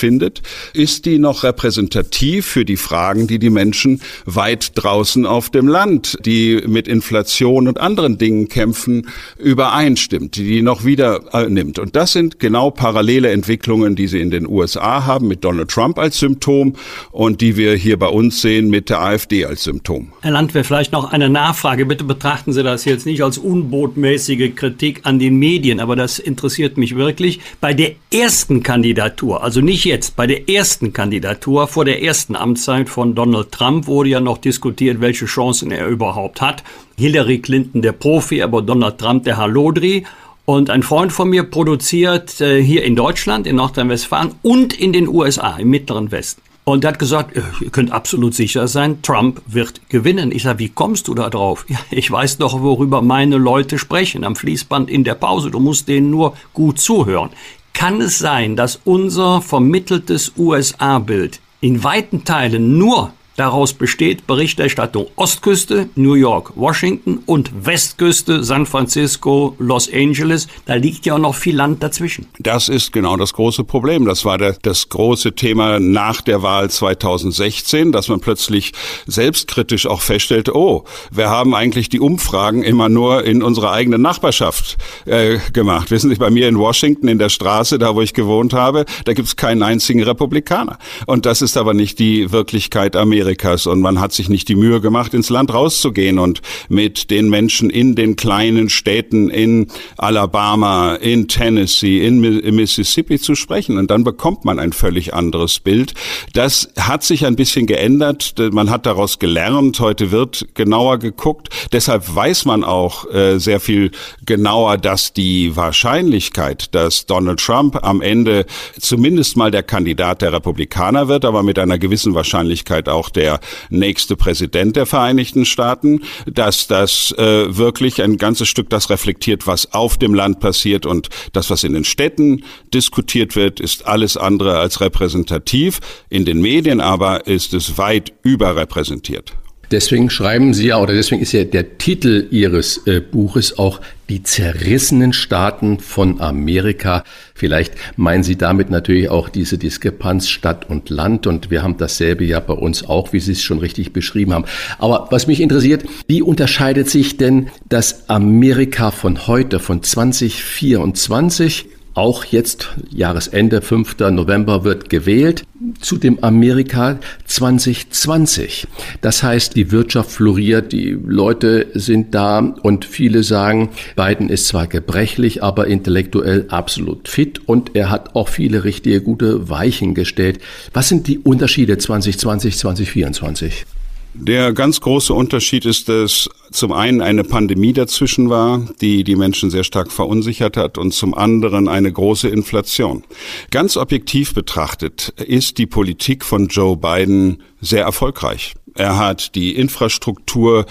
ist die noch repräsentativ für die Fragen, die die Menschen weit draußen auf dem Land, die mit Inflation und anderen Dingen kämpfen, übereinstimmt, die die noch wieder äh, nimmt. Und das sind genau parallele Entwicklungen, die sie in den U S A haben mit Donald Trump als Symptom und die wir hier bei uns sehen mit der AfD als Symptom. Herr Landwehr, vielleicht noch eine Nachfrage. Bitte betrachten Sie das jetzt nicht als unbotmäßige Kritik an den Medien, aber das interessiert mich wirklich. Bei der ersten Kandidatur, also nicht jetzt, bei der ersten Kandidatur vor der ersten Amtszeit von Donald Trump wurde ja noch diskutiert, welche Chancen er überhaupt hat. Hillary Clinton der Profi, aber Donald Trump der Hallodri. Und ein Freund von mir produziert äh, hier in Deutschland, in Nordrhein-Westfalen und in den U S A, im Mittleren Westen. Und er hat gesagt, ihr könnt absolut sicher sein, Trump wird gewinnen. Ich sage, wie kommst du da drauf? Ja, ich weiß doch, worüber meine Leute sprechen, am Fließband in der Pause. Du musst denen nur gut zuhören. Kann es sein, dass unser vermitteltes U S A-Bild in weiten Teilen nur daraus besteht, Berichterstattung Ostküste, New York, Washington und Westküste, San Francisco, Los Angeles. Da liegt ja auch noch viel Land dazwischen. Das ist genau das große Problem. Das war der, das große Thema nach der Wahl zweitausendsechzehn, dass man plötzlich selbstkritisch auch feststellte, oh, wir haben eigentlich die Umfragen immer nur in unserer eigenen Nachbarschaft äh, gemacht. Wissen Sie, bei mir in Washington, in der Straße, da wo ich gewohnt habe, da gibt es keinen einzigen Republikaner. Und das ist aber nicht die Wirklichkeit Amerikas. Und man hat sich nicht die Mühe gemacht, ins Land rauszugehen und mit den Menschen in den kleinen Städten in Alabama, in Tennessee, in Mississippi zu sprechen. Und dann bekommt man ein völlig anderes Bild. Das hat sich ein bisschen geändert. Man hat daraus gelernt. Heute wird genauer geguckt. Deshalb weiß man auch äh, sehr viel genauer, dass die Wahrscheinlichkeit, dass Donald Trump am Ende zumindest mal der Kandidat der Republikaner wird, aber mit einer gewissen Wahrscheinlichkeit auch der nächste Präsident der Vereinigten Staaten, dass das äh, wirklich ein ganzes Stück das reflektiert, was auf dem Land passiert, und das, was in den Städten diskutiert wird, ist alles andere als repräsentativ. In den Medien aber ist es weit überrepräsentiert. Deswegen schreiben Sie ja, oder deswegen ist ja der Titel Ihres äh, Buches auch Die zerrissenen Staaten von Amerika. Vielleicht meinen Sie damit natürlich auch diese Diskrepanz Stadt und Land, und wir haben dasselbe ja bei uns auch, wie Sie es schon richtig beschrieben haben. Aber was mich interessiert, wie unterscheidet sich denn das Amerika von heute, von zwanzig vierundzwanzig? Auch jetzt, Jahresende, fünfter November wird gewählt, zu dem Amerika zwanzig zwanzig. Das heißt, die Wirtschaft floriert, die Leute sind da, und viele sagen, Biden ist zwar gebrechlich, aber intellektuell absolut fit, und er hat auch viele richtige gute Weichen gestellt. Was sind die Unterschiede zwanzig zwanzig, zwanzig vierundzwanzig? Der ganz große Unterschied ist, dass zum einen eine Pandemie dazwischen war, die die Menschen sehr stark verunsichert hat, und zum anderen eine große Inflation. Ganz objektiv betrachtet ist die Politik von Joe Biden sehr erfolgreich. Er hat die Infrastruktur,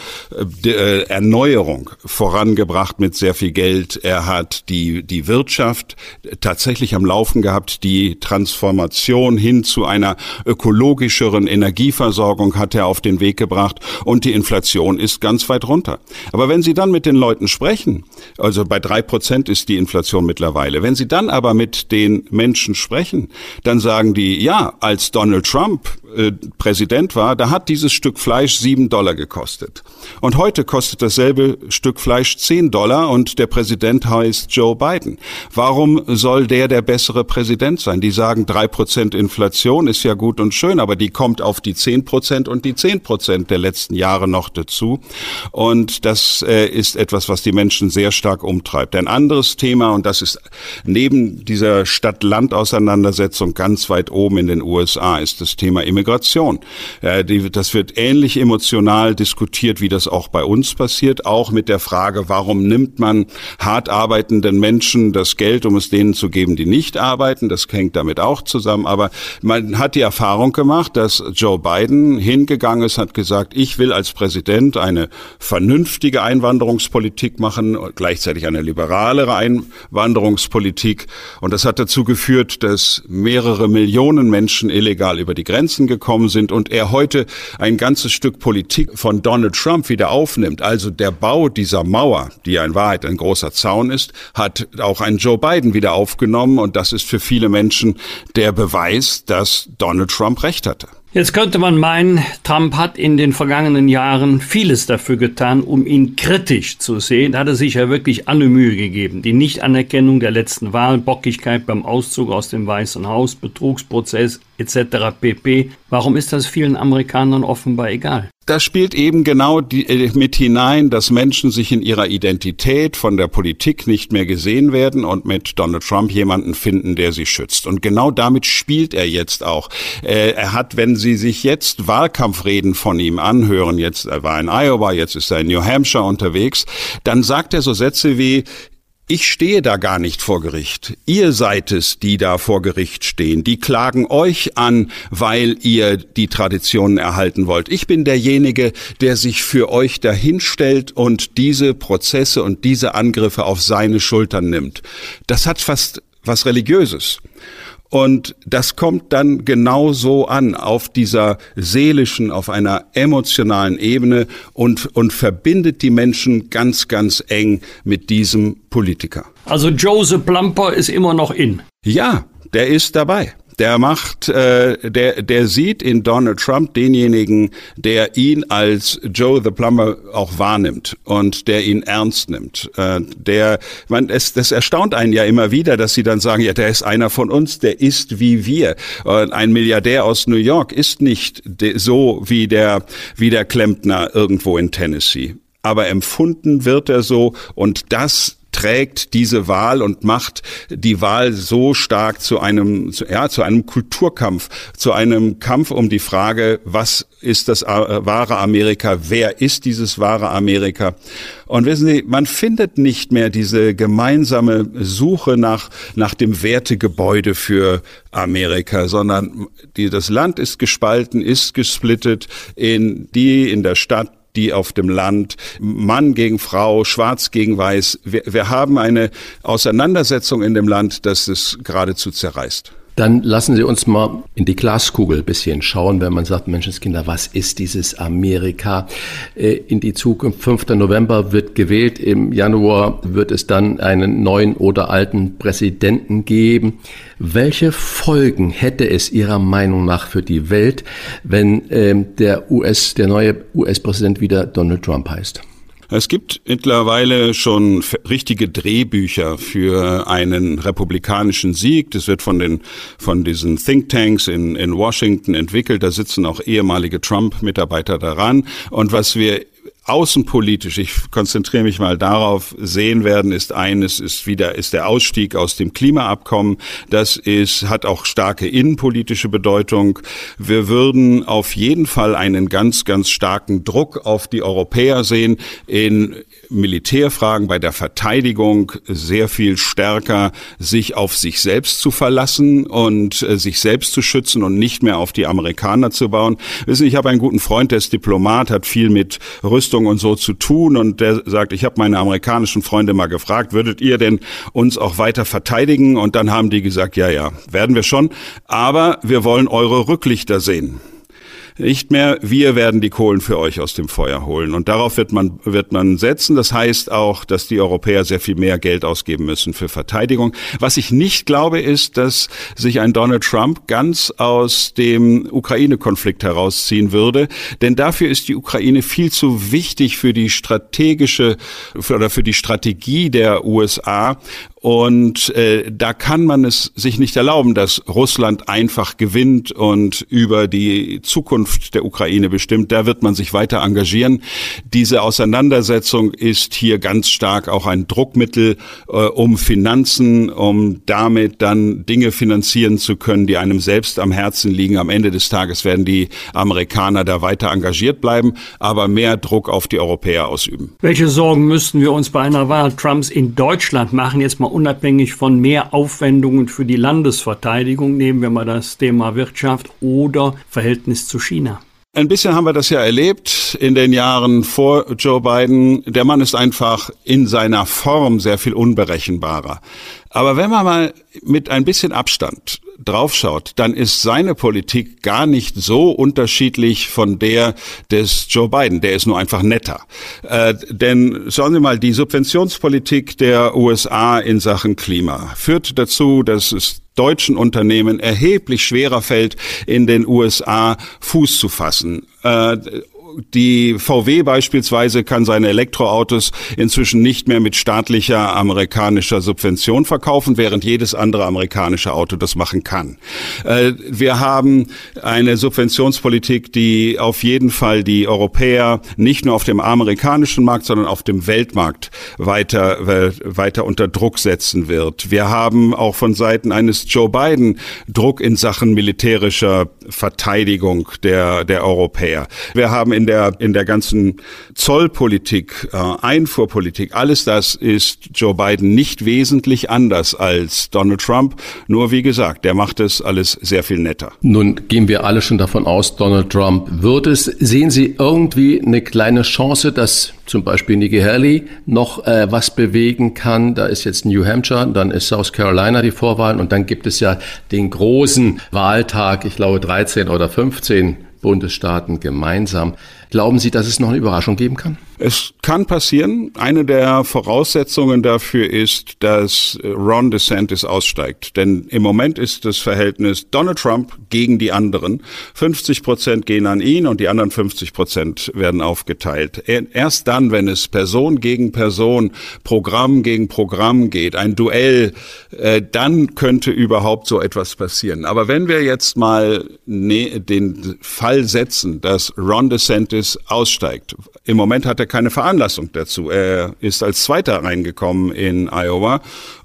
äh, Erneuerung vorangebracht mit sehr viel Geld. Er hat die, die Wirtschaft tatsächlich am Laufen gehabt. Die Transformation hin zu einer ökologischeren Energieversorgung hat er auf den Weg gebracht. Und die Inflation ist ganz weit runter. Aber wenn Sie dann mit den Leuten sprechen, also bei drei Prozent ist die Inflation mittlerweile, wenn Sie dann aber mit den Menschen sprechen, dann sagen die, ja, als Donald Trump äh, Präsident war, da hat dieses Stück Fleisch sieben Dollar gekostet. Und heute kostet dasselbe Stück Fleisch zehn Dollar, und der Präsident heißt Joe Biden. Warum soll der der bessere Präsident sein? Die sagen, drei Prozent Inflation ist ja gut und schön, aber die kommt auf die zehn Prozent und die zehn Prozent der letzten Jahre noch dazu. Und das äh, ist etwas, was die Menschen sehr stark umtreibt. Ein anderes Thema, und das ist neben dieser Stadt-Land-Auseinandersetzung ganz weit oben in den U S A, ist das Thema Immigration. Äh, die, das wird ähnlich emotional diskutiert, wie das auch bei uns passiert, auch mit der Frage, warum nimmt man hart arbeitenden Menschen das Geld, um es denen zu geben, die nicht arbeiten. Das hängt damit auch zusammen. Aber man hat die Erfahrung gemacht, dass Joe Biden hingegangen ist, hat gesagt, ich will als Präsident eine vernünftige Einwanderungspolitik machen, gleichzeitig eine liberalere Einwanderungspolitik. Und das hat dazu geführt, dass mehrere Millionen Menschen illegal über die Grenzen gekommen sind und er heute ein ganzes Stück Politik von Donald Trump wieder aufnimmt. Also der Bau dieser Mauer, die ja in Wahrheit ein großer Zaun ist, hat auch ein Joe Biden wieder aufgenommen und das ist für viele Menschen der Beweis, dass Donald Trump recht hatte. Jetzt könnte man meinen, Trump hat in den vergangenen Jahren vieles dafür getan, um ihn kritisch zu sehen. Da hat er sich ja wirklich alle Mühe gegeben. Die Nichtanerkennung der letzten Wahl, Bockigkeit beim Auszug aus dem Weißen Haus, Betrugsprozess et cetera pp. Warum ist das vielen Amerikanern offenbar egal? Da spielt eben genau die, mit hinein, dass Menschen sich in ihrer Identität von der Politik nicht mehr gesehen werden und mit Donald Trump jemanden finden, der sie schützt. Und genau damit spielt er jetzt auch. Äh, er hat, wenn Sie sich jetzt Wahlkampfreden von ihm anhören, jetzt er war in Iowa, jetzt ist er in New Hampshire unterwegs, dann sagt er so Sätze wie: Ich stehe da gar nicht vor Gericht. Ihr seid es, die da vor Gericht stehen. Die klagen euch an, weil ihr die Traditionen erhalten wollt. Ich bin derjenige, der sich für euch dahinstellt und diese Prozesse und diese Angriffe auf seine Schultern nimmt. Das hat fast was Religiöses. Und das kommt dann genau so an, auf dieser seelischen, auf einer emotionalen Ebene und, und verbindet die Menschen ganz, ganz eng mit diesem Politiker. Also Joseph Plumper ist immer noch in. Ja, der ist dabei. Der macht, äh, der, der sieht in Donald Trump denjenigen, der ihn als Joe the Plumber auch wahrnimmt und der ihn ernst nimmt. Äh, der, man, es, das erstaunt einen ja immer wieder, dass sie dann sagen, ja, der ist einer von uns, der ist wie wir. Und ein Milliardär aus New York ist nicht de, so wie der, wie der Klempner irgendwo in Tennessee. Aber empfunden wird er so und das trägt diese Wahl und macht die Wahl so stark zu einem, ja, zu einem Kulturkampf, zu einem Kampf um die Frage, was ist das wahre Amerika? Wer ist dieses wahre Amerika? Und wissen Sie, man findet nicht mehr diese gemeinsame Suche nach, nach dem Wertegebäude für Amerika, sondern die, das Land ist gespalten, ist gesplittet in die in der Stadt, die auf dem Land, Mann gegen Frau, Schwarz gegen Weiß. Wir, wir haben eine Auseinandersetzung in dem Land, das es geradezu zerreißt. Dann lassen Sie uns mal in die Glaskugel ein bisschen schauen, wenn man sagt, Menschenskinder, was ist dieses Amerika? In die Zukunft, fünften November wird gewählt, im Januar wird es dann einen neuen oder alten Präsidenten geben. Welche Folgen hätte es Ihrer Meinung nach für die Welt, wenn ähm, der U S, der neue U S-Präsident wieder Donald Trump heißt? Es gibt mittlerweile schon richtige Drehbücher für einen republikanischen Sieg. Das wird von den von diesen Thinktanks in in Washington entwickelt. Da sitzen auch ehemalige Trump-Mitarbeiter daran. Und was wir außenpolitisch, ich konzentriere mich mal darauf, sehen werden, ist eines, ist wieder, ist der Ausstieg aus dem Klimaabkommen. Das ist, hat auch starke innenpolitische Bedeutung. Wir würden auf jeden Fall einen ganz, ganz starken Druck auf die Europäer sehen, in Militärfragen, bei der Verteidigung sehr viel stärker sich auf sich selbst zu verlassen und äh, sich selbst zu schützen und nicht mehr auf die Amerikaner zu bauen. Wissen Sie, ich habe einen guten Freund, der ist Diplomat, hat viel mit Rüstung und so zu tun und der sagt, ich habe meine amerikanischen Freunde mal gefragt, würdet ihr denn uns auch weiter verteidigen? Und dann haben die gesagt, ja, ja, werden wir schon, aber wir wollen eure Rücklichter sehen. Nicht mehr, wir werden die Kohlen für euch aus dem Feuer holen. Und darauf wird man, wird man setzen. Das heißt auch, dass die Europäer sehr viel mehr Geld ausgeben müssen für Verteidigung. Was ich nicht glaube, ist, dass sich ein Donald Trump ganz aus dem Ukraine-Konflikt herausziehen würde. Denn dafür ist die Ukraine viel zu wichtig für die strategische, oder für die Strategie der U S A. Und äh, da kann man es sich nicht erlauben, dass Russland einfach gewinnt und über die Zukunft der Ukraine bestimmt. Da wird man sich weiter engagieren. Diese Auseinandersetzung ist hier ganz stark auch ein Druckmittel äh, um Finanzen, um damit dann Dinge finanzieren zu können, die einem selbst am Herzen liegen. Am Ende des Tages werden die Amerikaner da weiter engagiert bleiben, aber mehr Druck auf die Europäer ausüben. Welche Sorgen müssten wir uns bei einer Wahl Trumps in Deutschland machen? Jetzt mal unabhängig von mehr Aufwendungen für die Landesverteidigung, nehmen wir mal das Thema Wirtschaft oder Verhältnis zu China. Ein bisschen haben wir das ja erlebt in den Jahren vor Joe Biden. Der Mann ist einfach in seiner Form sehr viel unberechenbarer. Aber wenn man mal mit ein bisschen Abstand draufschaut, dann ist seine Politik gar nicht so unterschiedlich von der des Joe Biden. Der ist nur einfach netter. Äh, denn schauen Sie mal, die Subventionspolitik der U S A in Sachen Klima führt dazu, dass es deutschen Unternehmen erheblich schwerer fällt, in den U S A Fuß zu fassen. Äh, Die V W beispielsweise kann seine Elektroautos inzwischen nicht mehr mit staatlicher amerikanischer Subvention verkaufen, während jedes andere amerikanische Auto das machen kann. Äh, wir haben eine Subventionspolitik, die auf jeden Fall die Europäer nicht nur auf dem amerikanischen Markt, sondern auf dem Weltmarkt weiter, weiter unter Druck setzen wird. Wir haben auch von Seiten eines Joe Biden Druck in Sachen militärischer Verteidigung der, der Europäer. Wir haben in der, in der ganzen Zollpolitik, äh, Einfuhrpolitik, alles das ist Joe Biden nicht wesentlich anders als Donald Trump. Nur wie gesagt, der macht es alles sehr viel netter. Nun gehen wir alle schon davon aus, Donald Trump wird es. Sehen Sie irgendwie eine kleine Chance, dass zum Beispiel Nikki Haley noch äh, was bewegen kann? Da ist jetzt New Hampshire, dann ist South Carolina die Vorwahlen und dann gibt es ja den großen Wahltag, ich glaube dreizehn oder fünfzehn Bundesstaaten gemeinsam. Glauben Sie, dass es noch eine Überraschung geben kann? Es kann passieren. Eine der Voraussetzungen dafür ist, dass Ron DeSantis aussteigt. Denn im Moment ist das Verhältnis Donald Trump gegen die anderen. fünfzig Prozent gehen an ihn und die anderen fünfzig Prozent werden aufgeteilt. Erst dann, wenn es Person gegen Person, Programm gegen Programm geht, ein Duell, äh, dann könnte überhaupt so etwas passieren. Aber wenn wir jetzt mal ne, den Fall setzen, dass Ron DeSantis aussteigt. Im Moment hat er keine Veranlassung dazu. Er ist als Zweiter reingekommen in Iowa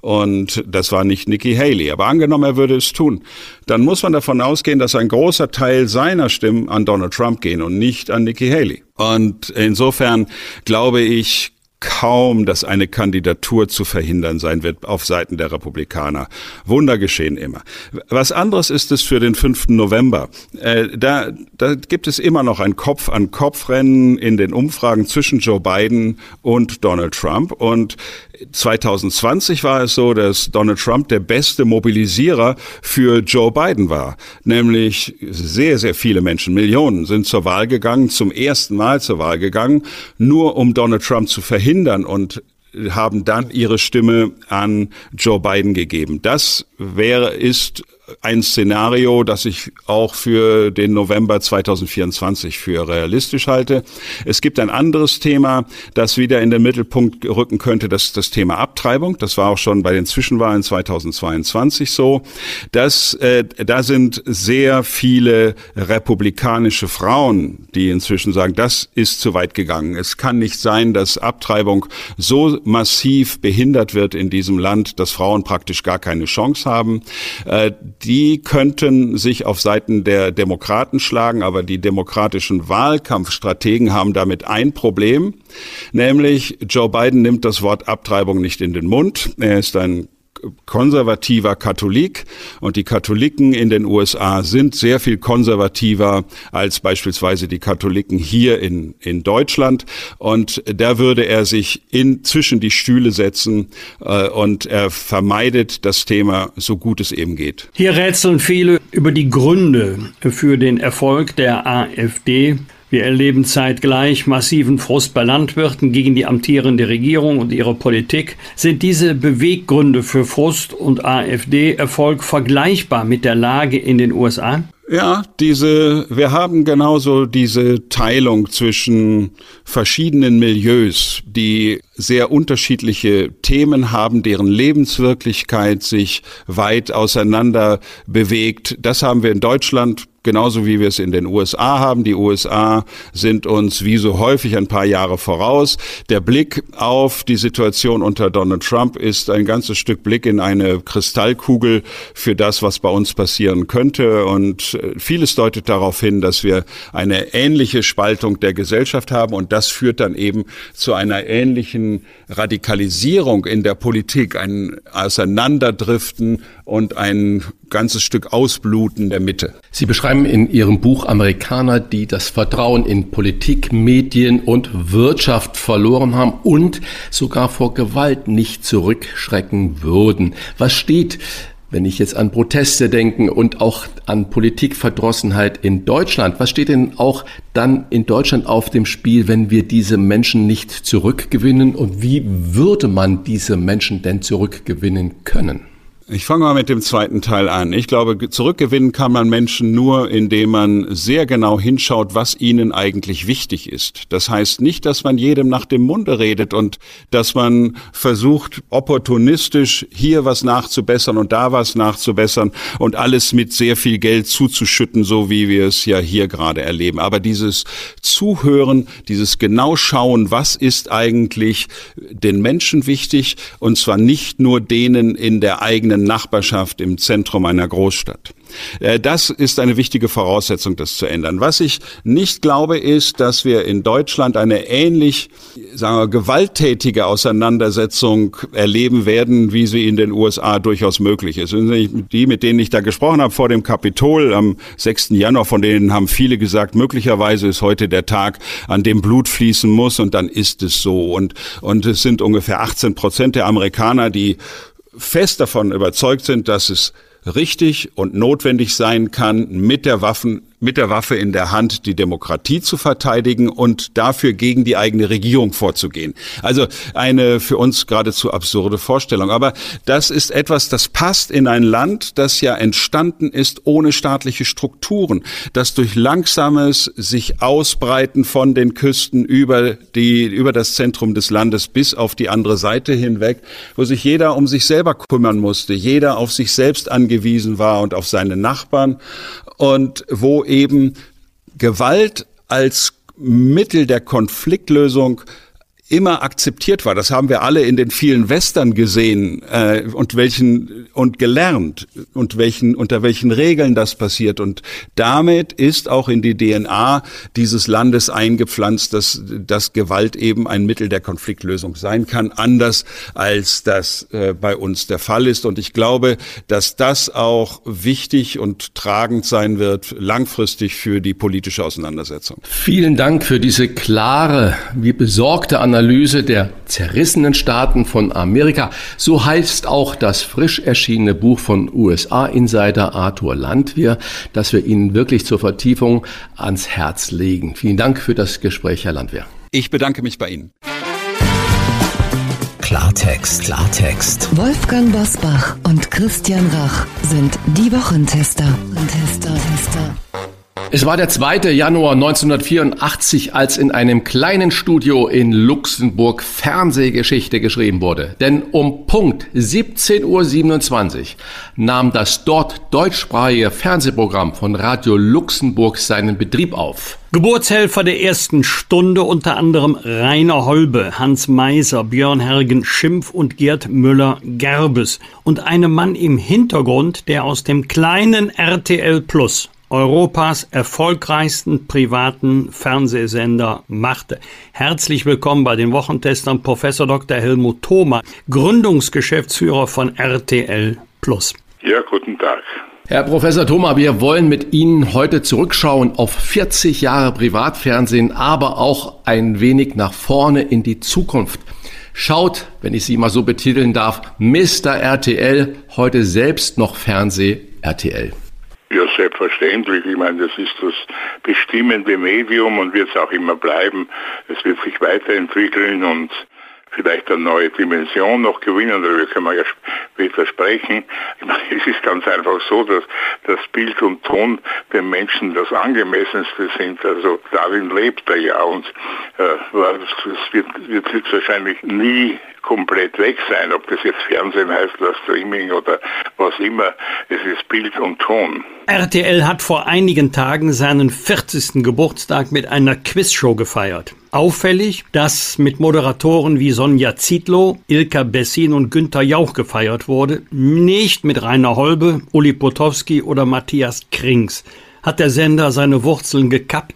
und das war nicht Nikki Haley. Aber angenommen, er würde es tun, dann muss man davon ausgehen, dass ein großer Teil seiner Stimmen an Donald Trump gehen und nicht an Nikki Haley. Und insofern glaube ich kaum, dass eine Kandidatur zu verhindern sein wird auf Seiten der Republikaner. Wunder geschehen immer. Was anderes ist es für den fünften November. Äh, da, da gibt es immer noch ein Kopf-an-Kopf-Rennen in den Umfragen zwischen Joe Biden und Donald Trump. Und zwanzig zwanzig war es so, dass Donald Trump der beste Mobilisierer für Joe Biden war. Nämlich sehr, sehr viele Menschen, Millionen, sind zur Wahl gegangen, zum ersten Mal zur Wahl gegangen, nur um Donald Trump zu verhindern und haben dann ihre Stimme an Joe Biden gegeben. Das wäre, ist ein Szenario, das ich auch für den November zwanzig vierundzwanzig für realistisch halte. Es gibt ein anderes Thema, das wieder in den Mittelpunkt rücken könnte, das ist das Thema Abtreibung. Das war auch schon bei den Zwischenwahlen zweitausendzweiundzwanzig so. Das, äh, da sind sehr viele republikanische Frauen, die inzwischen sagen, das ist zu weit gegangen. Es kann nicht sein, dass Abtreibung so massiv behindert wird in diesem Land, dass Frauen praktisch gar keine Chance haben. Äh, Die könnten sich auf Seiten der Demokraten schlagen, aber die demokratischen Wahlkampfstrategen haben damit ein Problem, nämlich Joe Biden nimmt das Wort Abtreibung nicht in den Mund. Er ist ein konservativer Katholik und die Katholiken in den U S A sind sehr viel konservativer als beispielsweise die Katholiken hier in, in Deutschland und da würde er sich in, zwischen die Stühle setzen äh, und er vermeidet das Thema so gut es eben geht. Hier rätseln viele über die Gründe für den Erfolg der AfD. Wir erleben zeitgleich massiven Frust bei Landwirten gegen die amtierende Regierung und ihre Politik. Sind diese Beweggründe für Frust und AfD-Erfolg vergleichbar mit der Lage in den U S A? Ja, diese, wir haben genauso diese Teilung zwischen verschiedenen Milieus, die sehr unterschiedliche Themen haben, deren Lebenswirklichkeit sich weit auseinander bewegt. Das haben wir in Deutschland genauso wie wir es in den U S A haben. Die U S A sind uns wie so häufig ein paar Jahre voraus. Der Blick auf die Situation unter Donald Trump ist ein ganzes Stück Blick in eine Kristallkugel für das, was bei uns passieren könnte. Und vieles deutet darauf hin, dass wir eine ähnliche Spaltung der Gesellschaft haben. Und das führt dann eben zu einer ähnlichen Radikalisierung in der Politik, ein Auseinanderdriften und ein ganzes Stück Ausbluten der Mitte. Sie beschreiben in Ihrem Buch Amerikaner, die das Vertrauen in Politik, Medien und Wirtschaft verloren haben und sogar vor Gewalt nicht zurückschrecken würden. Was steht, wenn ich jetzt an Proteste denke und auch an Politikverdrossenheit in Deutschland, was steht denn auch dann in Deutschland auf dem Spiel, wenn wir diese Menschen nicht zurückgewinnen? Und wie würde man diese Menschen denn zurückgewinnen können? Ich fange mal mit dem zweiten Teil an. Ich glaube, zurückgewinnen kann man Menschen nur, indem man sehr genau hinschaut, was ihnen eigentlich wichtig ist. Das heißt nicht, dass man jedem nach dem Munde redet und dass man versucht, opportunistisch hier was nachzubessern und da was nachzubessern und alles mit sehr viel Geld zuzuschütten, so wie wir es ja hier gerade erleben. Aber dieses Zuhören, dieses genau schauen, was ist eigentlich den Menschen wichtig, und zwar nicht nur denen in der eigenen Nachbarschaft im Zentrum einer Großstadt. Das ist eine wichtige Voraussetzung, das zu ändern. Was ich nicht glaube, ist, dass wir in Deutschland eine ähnlich, sagen wir, gewalttätige Auseinandersetzung erleben werden, wie sie in den U S A durchaus möglich ist. Die, mit denen ich da gesprochen habe vor dem Kapitol am sechsten Januar, von denen haben viele gesagt, möglicherweise ist heute der Tag, an dem Blut fließen muss, und dann ist es so. Und, und es sind ungefähr achtzehn Prozent der Amerikaner, die fest davon überzeugt sind, dass es richtig und notwendig sein kann, mit der Waffen, mit der Waffe in der Hand die Demokratie zu verteidigen und dafür gegen die eigene Regierung vorzugehen. Also eine für uns geradezu absurde Vorstellung. Aber das ist etwas, das passt in ein Land, das ja entstanden ist ohne staatliche Strukturen, das durch langsames sich Ausbreiten von den Küsten über die, über das Zentrum des Landes bis auf die andere Seite hinweg, wo sich jeder um sich selber kümmern musste, jeder auf sich selbst angewiesen war und auf seine Nachbarn, und wo eben Gewalt als Mittel der Konfliktlösung immer akzeptiert war. Das haben wir alle in den vielen Western gesehen äh, und welchen und gelernt und welchen unter welchen Regeln das passiert. Und damit ist auch in die D N A dieses Landes eingepflanzt, dass, dass Gewalt eben ein Mittel der Konfliktlösung sein kann, anders als das äh, bei uns der Fall ist. Und ich glaube, dass das auch wichtig und tragend sein wird, langfristig für die politische Auseinandersetzung. Vielen Dank für diese klare, wie besorgte Analyse Analyse der zerrissenen Staaten von Amerika. So heißt auch das frisch erschienene Buch von U S A-Insider Arthur Landwehr, das wir Ihnen wirklich zur Vertiefung ans Herz legen. Vielen Dank für das Gespräch, Herr Landwehr. Ich bedanke mich bei Ihnen. Klartext, Klartext. Wolfgang Bosbach und Christian Rach sind die Wochentester. Tester, Tester. Es war der zweite Januar neunzehnhundertvierundachtzig, als in einem kleinen Studio in Luxemburg Fernsehgeschichte geschrieben wurde. Denn um Punkt siebzehn Uhr siebenundzwanzig nahm das dort deutschsprachige Fernsehprogramm von Radio Luxemburg seinen Betrieb auf. Geburtshelfer der ersten Stunde, unter anderem Rainer Holbe, Hans Meiser, Björn Hergen Schimpf und Gerd Müller-Gerbes. Und einem Mann im Hintergrund, der aus dem kleinen R T L Plus Europas erfolgreichsten privaten Fernsehsender machte. Herzlich willkommen bei den Wochentestern Professor Doktor Helmut Thoma, Gründungsgeschäftsführer von R T L Plus. Ja, guten Tag. Herr Professor Thoma, wir wollen mit Ihnen heute zurückschauen auf vierzig Jahre Privatfernsehen, aber auch ein wenig nach vorne in die Zukunft. Schaut, wenn ich Sie mal so betiteln darf, Mister R T L heute selbst noch Fernseh-R T L? Ja, selbstverständlich. Ich meine, das ist das bestimmende Medium und wird es auch immer bleiben. Es wird sich weiterentwickeln und vielleicht eine neue Dimension noch gewinnen, darüber können wir ja später sprechen. Ich meine, es ist ganz einfach so, dass das Bild und Ton den Menschen das Angemessenste sind. Also darin lebt er ja und äh, es wird, wird höchstwahrscheinlich nie komplett weg sein, ob das jetzt Fernsehen heißt oder Streaming oder was immer. Es ist Bild und Ton. R T L hat vor einigen Tagen seinen vierzigsten Geburtstag mit einer Quizshow gefeiert. Auffällig, dass mit Moderatoren wie Sonja Zietlow, Ilka Bessin und Günther Jauch gefeiert wurde, nicht mit Rainer Holbe, Uli Potowski oder Matthias Krings. Hat der Sender seine Wurzeln gekappt?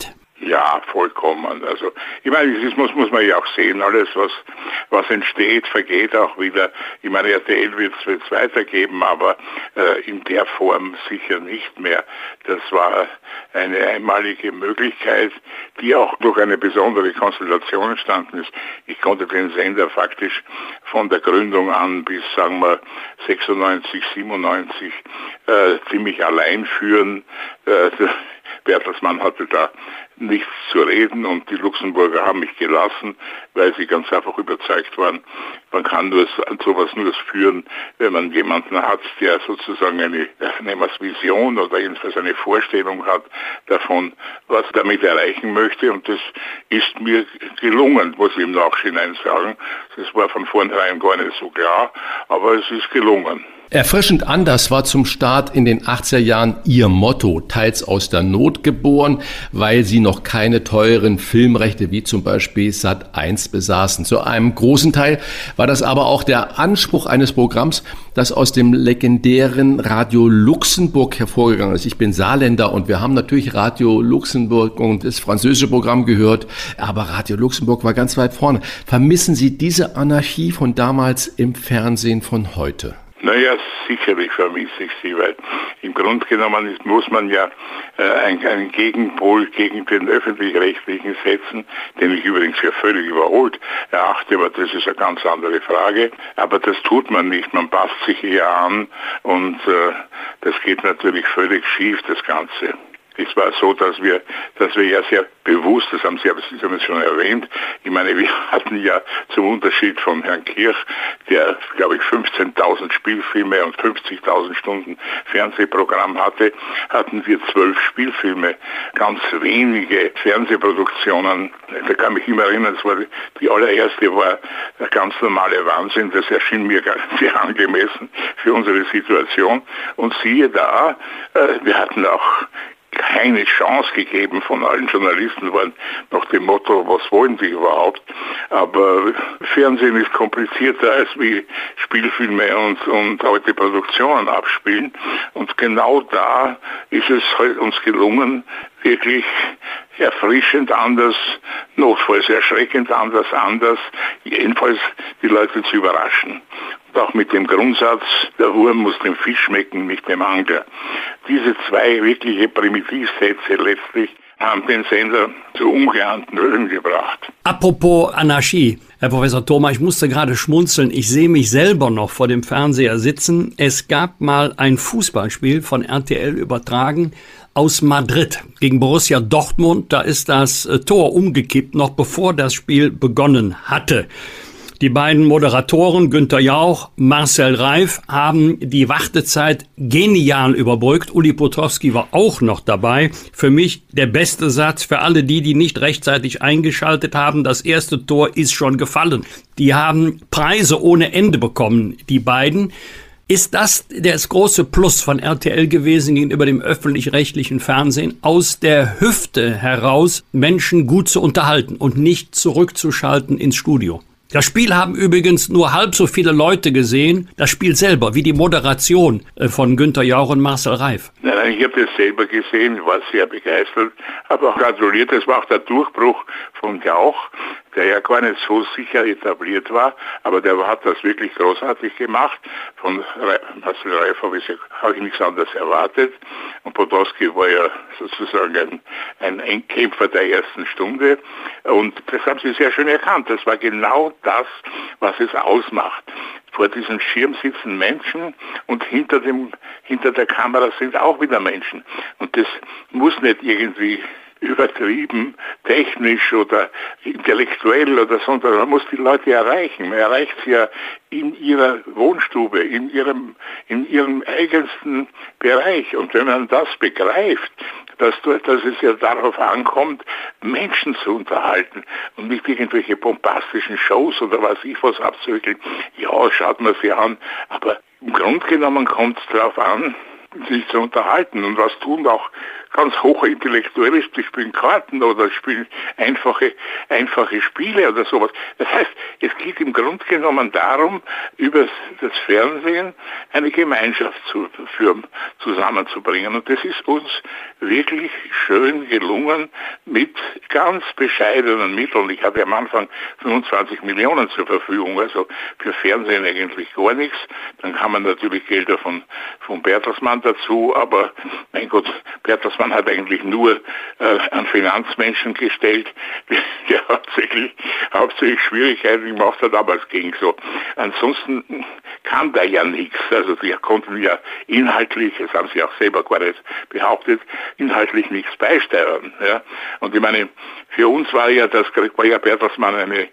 Ja, vollkommen. Also ich meine, das muss, muss man ja auch sehen, alles was was entsteht, vergeht auch wieder. Ich meine, R T L wird es weitergeben, aber äh, in der Form sicher nicht mehr. Das war eine einmalige Möglichkeit, die auch durch eine besondere Konstellation entstanden ist. Ich konnte den Sender faktisch von der Gründung an bis, sagen wir, sechsundneunzig, siebenundneunzig äh, ziemlich allein führen. Äh, Bertelsmann hatte da nichts zu reden und die Luxemburger haben mich gelassen, weil sie ganz einfach überzeugt waren, man kann nur sowas nur führen, wenn man jemanden hat, der sozusagen eine, nehmen wir es Vision oder jedenfalls eine Vorstellung hat davon, was er damit erreichen möchte, und das ist mir gelungen, muss ich im Nachhinein sagen. Das war von vornherein gar nicht so klar, aber es ist gelungen. Erfrischend anders war zum Start in den achtziger Jahren Ihr Motto, teils aus der Not geboren, weil Sie noch keine teuren Filmrechte wie zum Beispiel Sat eins besaßen. Zu einem großen Teil war das aber auch der Anspruch eines Programms, das aus dem legendären Radio Luxemburg hervorgegangen ist. Ich bin Saarländer und wir haben natürlich Radio Luxemburg und das französische Programm gehört, aber Radio Luxemburg war ganz weit vorne. Vermissen Sie diese Anarchie von damals im Fernsehen von heute? Naja, sicherlich vermisse ich sie, weil im Grunde genommen ist, muss man ja äh, einen, einen Gegenpol gegen den Öffentlich-Rechtlichen setzen, den ich übrigens für völlig überholt erachte, aber das ist eine ganz andere Frage. Aber das tut man nicht, man passt sich eher an und äh, das geht natürlich völlig schief, das Ganze. Es war so, dass wir, dass wir ja sehr bewusst, das haben Sie, Sie haben es schon erwähnt, ich meine, wir hatten ja zum Unterschied von Herrn Kirch, der, glaube ich, fünfzehntausend Spielfilme und fünfzigtausend Stunden Fernsehprogramm hatte, hatten wir zwölf Spielfilme, ganz wenige Fernsehproduktionen. Da kann mich immer erinnern, das war die allererste war der ganz normale Wahnsinn, das erschien mir sehr angemessen für unsere Situation. Und siehe da, wir hatten auch keine Chance gegeben von allen Journalisten, waren nach dem Motto, was wollen Sie überhaupt? Aber Fernsehen ist komplizierter als wie Spielfilme und, und heute Produktionen abspielen. Und genau da ist es uns gelungen, wirklich erfrischend anders, notfalls erschreckend anders, anders, jedenfalls die Leute zu überraschen. Und auch mit dem Grundsatz, der Wurm muss dem Fisch schmecken, nicht dem Angler. Diese zwei wirkliche Primitivsätze letztlich haben den Sender zu ungeahnten Höhen gebracht. Apropos Anarchie, Herr Professor Thoma, ich musste gerade schmunzeln. Ich sehe mich selber noch vor dem Fernseher sitzen. Es gab mal ein Fußballspiel von R T L übertragen aus Madrid gegen Borussia Dortmund. Da ist das Tor umgekippt, noch bevor das Spiel begonnen hatte. Die beiden Moderatoren, Günther Jauch, Marcel Reif, haben die Wartezeit genial überbrückt. Uli Potowski war auch noch dabei. Für mich der beste Satz für alle die, die nicht rechtzeitig eingeschaltet haben. Das erste Tor ist schon gefallen. Die haben Preise ohne Ende bekommen, die beiden. Ist das das große Plus von R T L gewesen gegenüber dem öffentlich-rechtlichen Fernsehen, aus der Hüfte heraus Menschen gut zu unterhalten und nicht zurückzuschalten ins Studio? Das Spiel haben übrigens nur halb so viele Leute gesehen, das Spiel selber, wie die Moderation von Günther Jauch und Marcel Reif. Nein, nein, ich habe das selber gesehen, war sehr begeistert, habe auch gratuliert, das war auch der Durchbruch von Jauch, der ja gar nicht so sicher etabliert war, aber der hat das wirklich großartig gemacht. Von Marcel Reif habe ich, hab ich nichts anderes erwartet. Und Potowski war ja sozusagen ein, ein Endkämpfer der ersten Stunde. Und das haben Sie sehr schön erkannt. Das war genau das, was es ausmacht. Vor diesem Schirm sitzen Menschen und hinter dem, hinter der Kamera sind auch wieder Menschen. Und das muss nicht irgendwie übertrieben, technisch oder intellektuell oder so, sondern man muss die Leute erreichen. Man erreicht sie ja in ihrer Wohnstube, in ihrem, in ihrem eigensten Bereich. Und wenn man das begreift, dass, dass es ja darauf ankommt, Menschen zu unterhalten und nicht irgendwelche bombastischen Shows oder was ich was abzuwickeln, ja, schaut man sie an, aber im Grunde genommen kommt es darauf an, sich zu unterhalten. Und was tun auch ganz hochintellektuelles, die spielen Karten oder spielen einfache, einfache Spiele oder sowas. Das heißt, es geht im Grunde genommen darum, über das Fernsehen eine Gemeinschaft zu führen, zusammenzubringen. Und das ist uns wirklich schön gelungen mit ganz bescheidenen Mitteln. Ich hatte am Anfang fünfundzwanzig Millionen zur Verfügung, also für Fernsehen eigentlich gar nichts. Dann kam man natürlich Gelder von, von Bertelsmann dazu, aber mein Gott, Bertelsmann hat eigentlich nur äh, einen Finanzmenschen gestellt, der hauptsächlich, hauptsächlich Schwierigkeiten gemacht hat, aber es ging so. Ansonsten kann da ja nichts. Also die konnten ja inhaltlich, das haben sie auch selber gar nicht behauptet, inhaltlich nichts beisteuern. Ja. Und ich meine, für uns war ja das war ja Bertelsmann eine,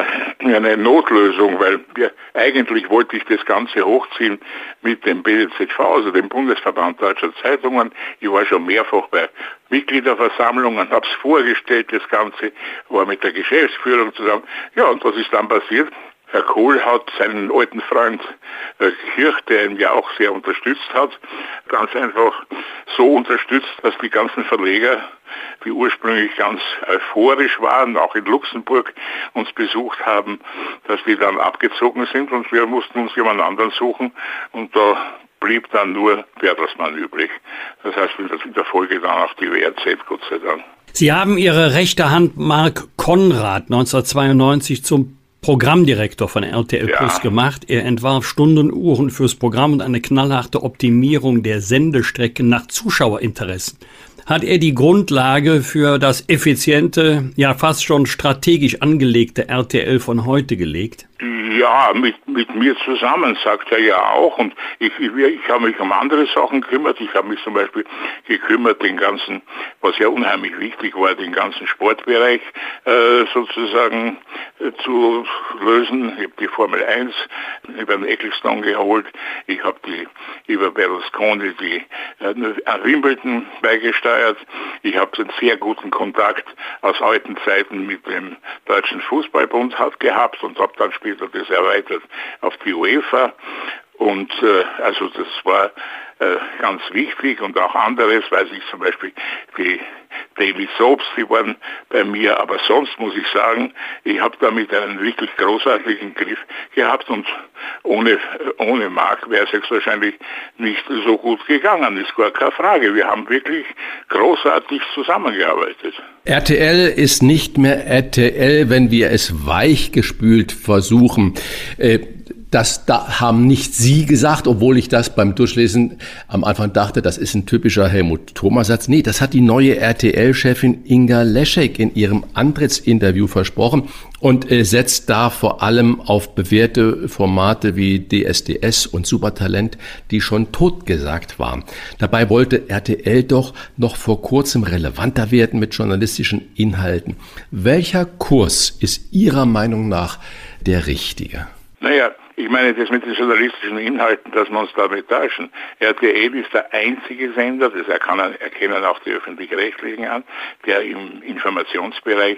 eine Notlösung, weil wir eigentlich wollte ich das Ganze hochziehen mit dem B D Z V, also dem Bundesverband Deutscher Zeitungen. Ich war schon mehrfach bei Mitgliederversammlungen, habe es vorgestellt, das Ganze, war mit der Geschäftsführung zusammen. Ja, und was ist dann passiert? Herr Kohl hat seinen alten Freund äh, Kirch, der ihn ja auch sehr unterstützt hat, ganz einfach so unterstützt, dass die ganzen Verleger, die ursprünglich ganz euphorisch waren, auch in Luxemburg uns besucht haben, dass die dann abgezogen sind und wir mussten uns jemand anderen suchen und da blieb dann nur Bertelsmann übrig. Das heißt, in der Folge dann auch die W R Z, Gott sei Dank. Sie haben Ihre rechte Hand Mark Konrad neunzehnhundertzweiundneunzig zum Programmdirektor von R T L ja. Plus gemacht. Er entwarf Stundenuhren fürs Programm und eine knallharte Optimierung der Sendestrecken nach Zuschauerinteressen. Hat er die Grundlage für das effiziente, ja fast schon strategisch angelegte R T L von heute gelegt? Ja, mit, mit mir zusammen, sagt er ja auch. Und ich, ich, ich habe mich um andere Sachen gekümmert. Ich habe mich zum Beispiel gekümmert, den ganzen, was ja unheimlich wichtig war, den ganzen Sportbereich äh, sozusagen äh, zu lösen. Ich habe die Formel eins über den Ecclestone geholt. Ich habe die über Berlusconi die äh, Wimbledon beigesteuert. Ich habe einen sehr guten Kontakt aus alten Zeiten mit dem Deutschen Fußballbund gehabt und habe dann später das erweitert auf die UEFA. Und äh, also das war äh, ganz wichtig und auch anderes, weiß ich zum Beispiel, die Daily Soaps, die waren bei mir, aber sonst muss ich sagen, ich habe damit einen wirklich großartigen Griff gehabt und ohne, ohne Mark wäre es jetzt wahrscheinlich nicht so gut gegangen, ist gar keine Frage. Wir haben wirklich großartig zusammengearbeitet. R T L ist nicht mehr R T L, wenn wir es weichgespült versuchen. Äh, Das da haben nicht Sie gesagt, obwohl ich das beim Durchlesen am Anfang dachte, das ist ein typischer Helmut-Thoma-Satz. Nee, das hat die neue R T L-Chefin Inga Leschek in ihrem Antrittsinterview versprochen und äh, setzt da vor allem auf bewährte Formate wie D S D S und Supertalent, die schon totgesagt waren. Dabei wollte R T L doch noch vor kurzem relevanter werden mit journalistischen Inhalten. Welcher Kurs ist Ihrer Meinung nach der richtige? Naja, ich meine, das mit den journalistischen Inhalten, dass wir uns damit täuschen. R T L ist der einzige Sender, das erkennen auch die Öffentlich-Rechtlichen an, der im Informationsbereich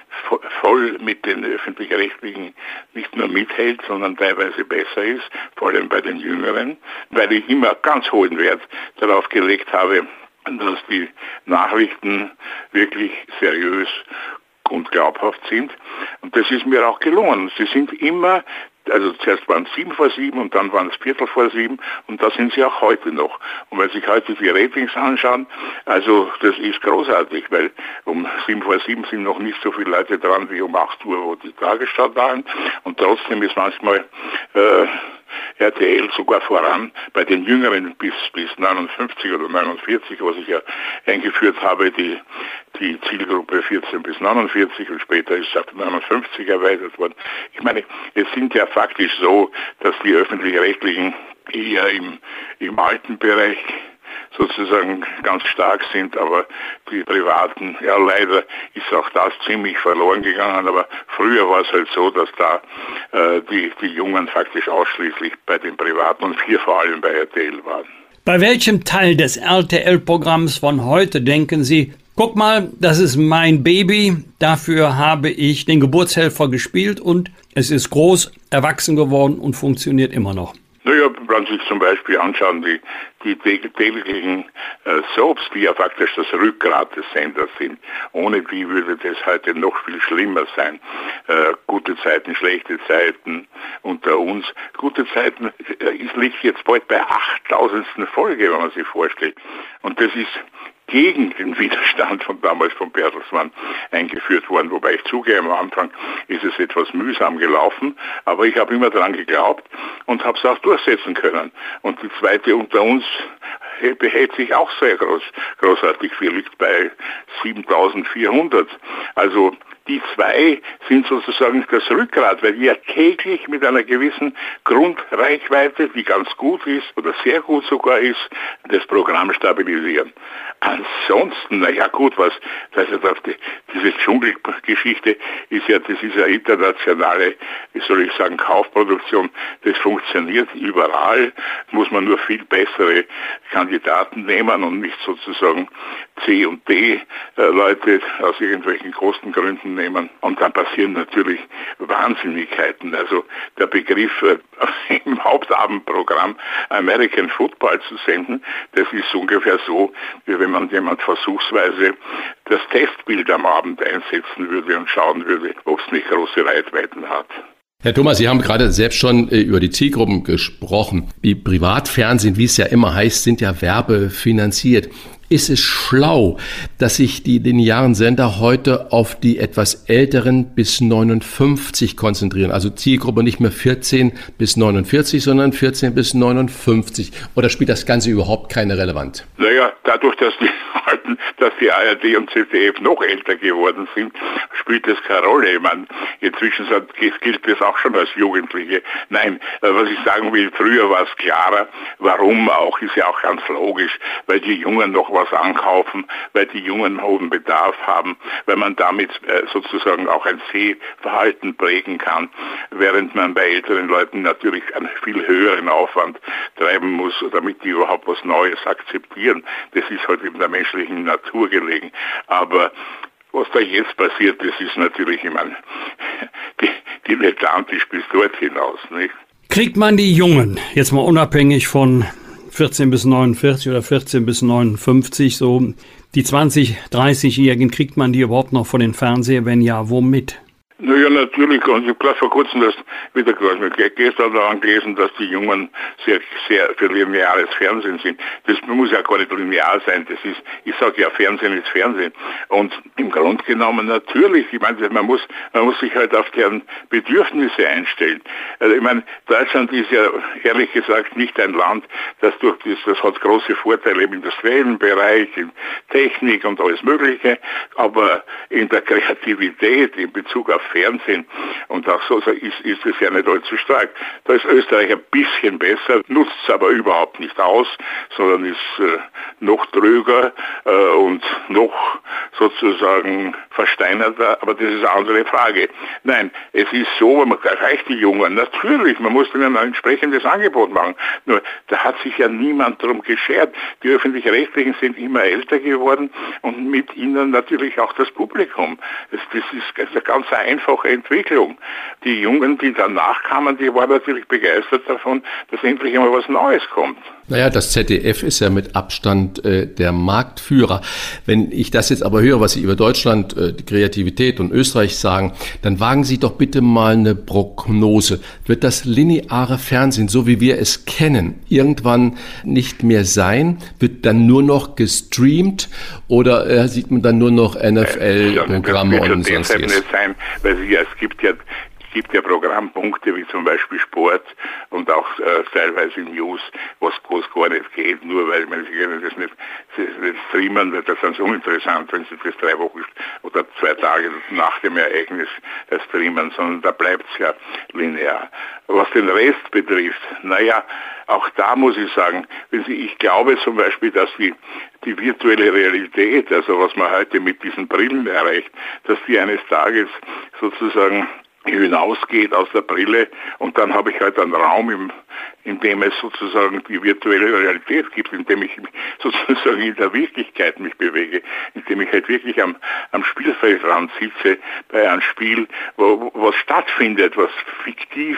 voll mit den Öffentlich-Rechtlichen nicht nur mithält, sondern teilweise besser ist, vor allem bei den Jüngeren, weil ich immer ganz hohen Wert darauf gelegt habe, dass die Nachrichten wirklich seriös und glaubhaft sind. Und das ist mir auch gelungen. Sie sind immer, also zuerst waren es sieben vor sieben und dann waren es Viertel vor sieben und da sind sie auch heute noch. Und wenn sich heute die Ratings anschauen, also das ist großartig, weil um sieben vor sieben sind noch nicht so viele Leute dran wie um acht Uhr, wo die Tagesschau waren. Und trotzdem ist manchmal äh, R T L sogar voran bei den Jüngeren bis bis neunundfünfzig oder neunundvierzig, was ich ja eingeführt habe, die die Zielgruppe vierzehn bis neunundvierzig und später ist es auf neunundfünfzig erweitert worden. Ich meine, es sind ja faktisch so, dass die Öffentlich-Rechtlichen eher im, im alten Bereich sozusagen ganz stark sind, aber die Privaten, ja leider ist auch das ziemlich verloren gegangen, aber früher war es halt so, dass da äh, die, die Jungen faktisch ausschließlich bei den Privaten und wir vor allem bei R T L waren. Bei welchem Teil des R T L-Programms von heute denken Sie, guck mal, das ist mein Baby, dafür habe ich den Geburtshelfer gespielt und es ist groß, erwachsen geworden und funktioniert immer noch? Naja, man sich zum Beispiel anschauen, die, die täglichen äh, Soaps, die ja faktisch das Rückgrat des Senders sind. Ohne die würde das heute noch viel schlimmer sein. Äh, gute Zeiten, schlechte Zeiten unter uns. Gute Zeiten äh, ist, liegt jetzt bald bei achttausendsten Folge, wenn man sich vorstellt. Und das ist gegen den Widerstand von damals von Bertelsmann eingeführt worden. Wobei ich zugebe, am Anfang ist es etwas mühsam gelaufen, aber ich habe immer daran geglaubt und habe es auch durchsetzen können. Und die zweite unter uns behält sich auch sehr groß, großartig viel, liegt bei siebentausendvierhundert. Also die zwei sind sozusagen das Rückgrat, weil die ja täglich mit einer gewissen Grundreichweite, die ganz gut ist oder sehr gut sogar ist, das Programm stabilisieren. Ansonsten, naja gut, was, das ist die, diese Dschungelgeschichte ist ja, das ist ja internationale, wie soll ich sagen, Kaufproduktion, das funktioniert überall, muss man nur viel bessere Kandidaten nehmen und nicht sozusagen C und D äh, Leute aus irgendwelchen Kostengründen nehmen. Und dann passieren natürlich Wahnsinnigkeiten. Also der Begriff äh, im Hauptabendprogramm American Football zu senden, das ist ungefähr so, wie wenn man jemand versuchsweise das Testbild am Abend einsetzen würde und schauen würde, ob es nicht große Reichweiten hat. Herr Thomas, Sie haben gerade selbst schon äh, über die Zielgruppen gesprochen. Die Privatfernsehen, wie es ja immer heißt, sind ja werbefinanziert. Ist es schlau, dass sich die linearen Sender heute auf die etwas älteren bis neunundfünfzig konzentrieren? Also Zielgruppe nicht mehr vierzehn bis neunundvierzig, sondern vierzehn bis neunundfünfzig. Oder spielt das Ganze überhaupt keine Relevanz? Naja, dadurch, dass die alten, dass die A R D und Z D F noch älter geworden sind, spielt das keine Rolle. Ich meine, inzwischen gilt das auch schon als Jugendliche. Nein, was ich sagen will, früher war es klarer. Warum auch, ist ja auch ganz logisch, weil die Jungen noch was ankaufen, weil die Jungen hohen Bedarf haben, weil man damit äh, sozusagen auch ein Sehverhalten prägen kann, während man bei älteren Leuten natürlich einen viel höheren Aufwand treiben muss, damit die überhaupt was Neues akzeptieren. Das ist halt in der menschlichen Natur gelegen. Aber was da jetzt passiert, das ist natürlich, ich meine, dilettantisch bis dort hinaus, nicht? Kriegt man die Jungen, jetzt mal unabhängig von vierzehn bis neunundvierzig oder vierzehn bis neunundfünfzig, so die zwanzig-, dreißigjährigen, kriegt man die überhaupt noch vor den Fernseher? Wenn ja, womit? Naja, natürlich. Und ich habe gerade vor kurzem das wieder gestern daran gelesen, dass die Jungen sehr, sehr für lineares Fernsehen sind. Das muss ja gar nicht linear sein. Das ist, ich sage ja, Fernsehen ist Fernsehen. Und im Grunde genommen natürlich, ich meine, man muss, man muss sich halt auf deren Bedürfnisse einstellen. Also ich meine, Deutschland ist ja ehrlich gesagt nicht ein Land, das durch das, das hat große Vorteile im industriellen Bereich, in Technik und alles Mögliche, aber in der Kreativität, in Bezug auf Fernsehen und auch so ist, ist es ja nicht allzu stark. Da ist Österreich ein bisschen besser, nutzt es aber überhaupt nicht aus, sondern ist äh, noch tröger äh, und noch sozusagen versteinerter, aber das ist eine andere Frage. Nein, es ist so, man erreicht die Jungen, natürlich, man muss ihnen ein entsprechendes Angebot machen, nur da hat sich ja niemand darum geschert. Die Öffentlich-Rechtlichen sind immer älter geworden und mit ihnen natürlich auch das Publikum. Das, das ist eine ganz einfache Entwicklung. Die Jungen, die danach kamen, die waren natürlich begeistert davon, dass endlich einmal was Neues kommt. Naja, das Z D F ist ja mit Abstand äh, der Marktführer. Wenn ich das jetzt aber höre, was Sie über Deutschland, äh, die Kreativität und Österreich sagen, dann wagen Sie doch bitte mal eine Prognose. Wird das lineare Fernsehen, so wie wir es kennen, irgendwann nicht mehr sein? Wird dann nur noch gestreamt oder äh, sieht man dann nur noch N F L-Programme und sonstiges? Das wird nicht sein, weil sie, ja, es gibt ja Es gibt ja Programmpunkte wie zum Beispiel Sport und auch äh, teilweise News, was es gar nicht geht, nur weil man sich das nicht, das nicht streamen, weil das ist uninteressant, wenn sie das drei Wochen oder zwei Tage nach dem Ereignis äh, streamen, sondern da bleibt es ja linear. Was den Rest betrifft, naja, auch da muss ich sagen, wenn Sie, ich glaube zum Beispiel, dass die, die virtuelle Realität, also was man heute mit diesen Brillen erreicht, dass die eines Tages sozusagen hinausgeht aus der Brille und dann habe ich halt einen Raum, im, in dem es sozusagen die virtuelle Realität gibt, in dem ich mich sozusagen in der Wirklichkeit mich bewege, in dem ich halt wirklich am, am Spielfeldrand sitze bei einem Spiel, wo was stattfindet, was fiktiv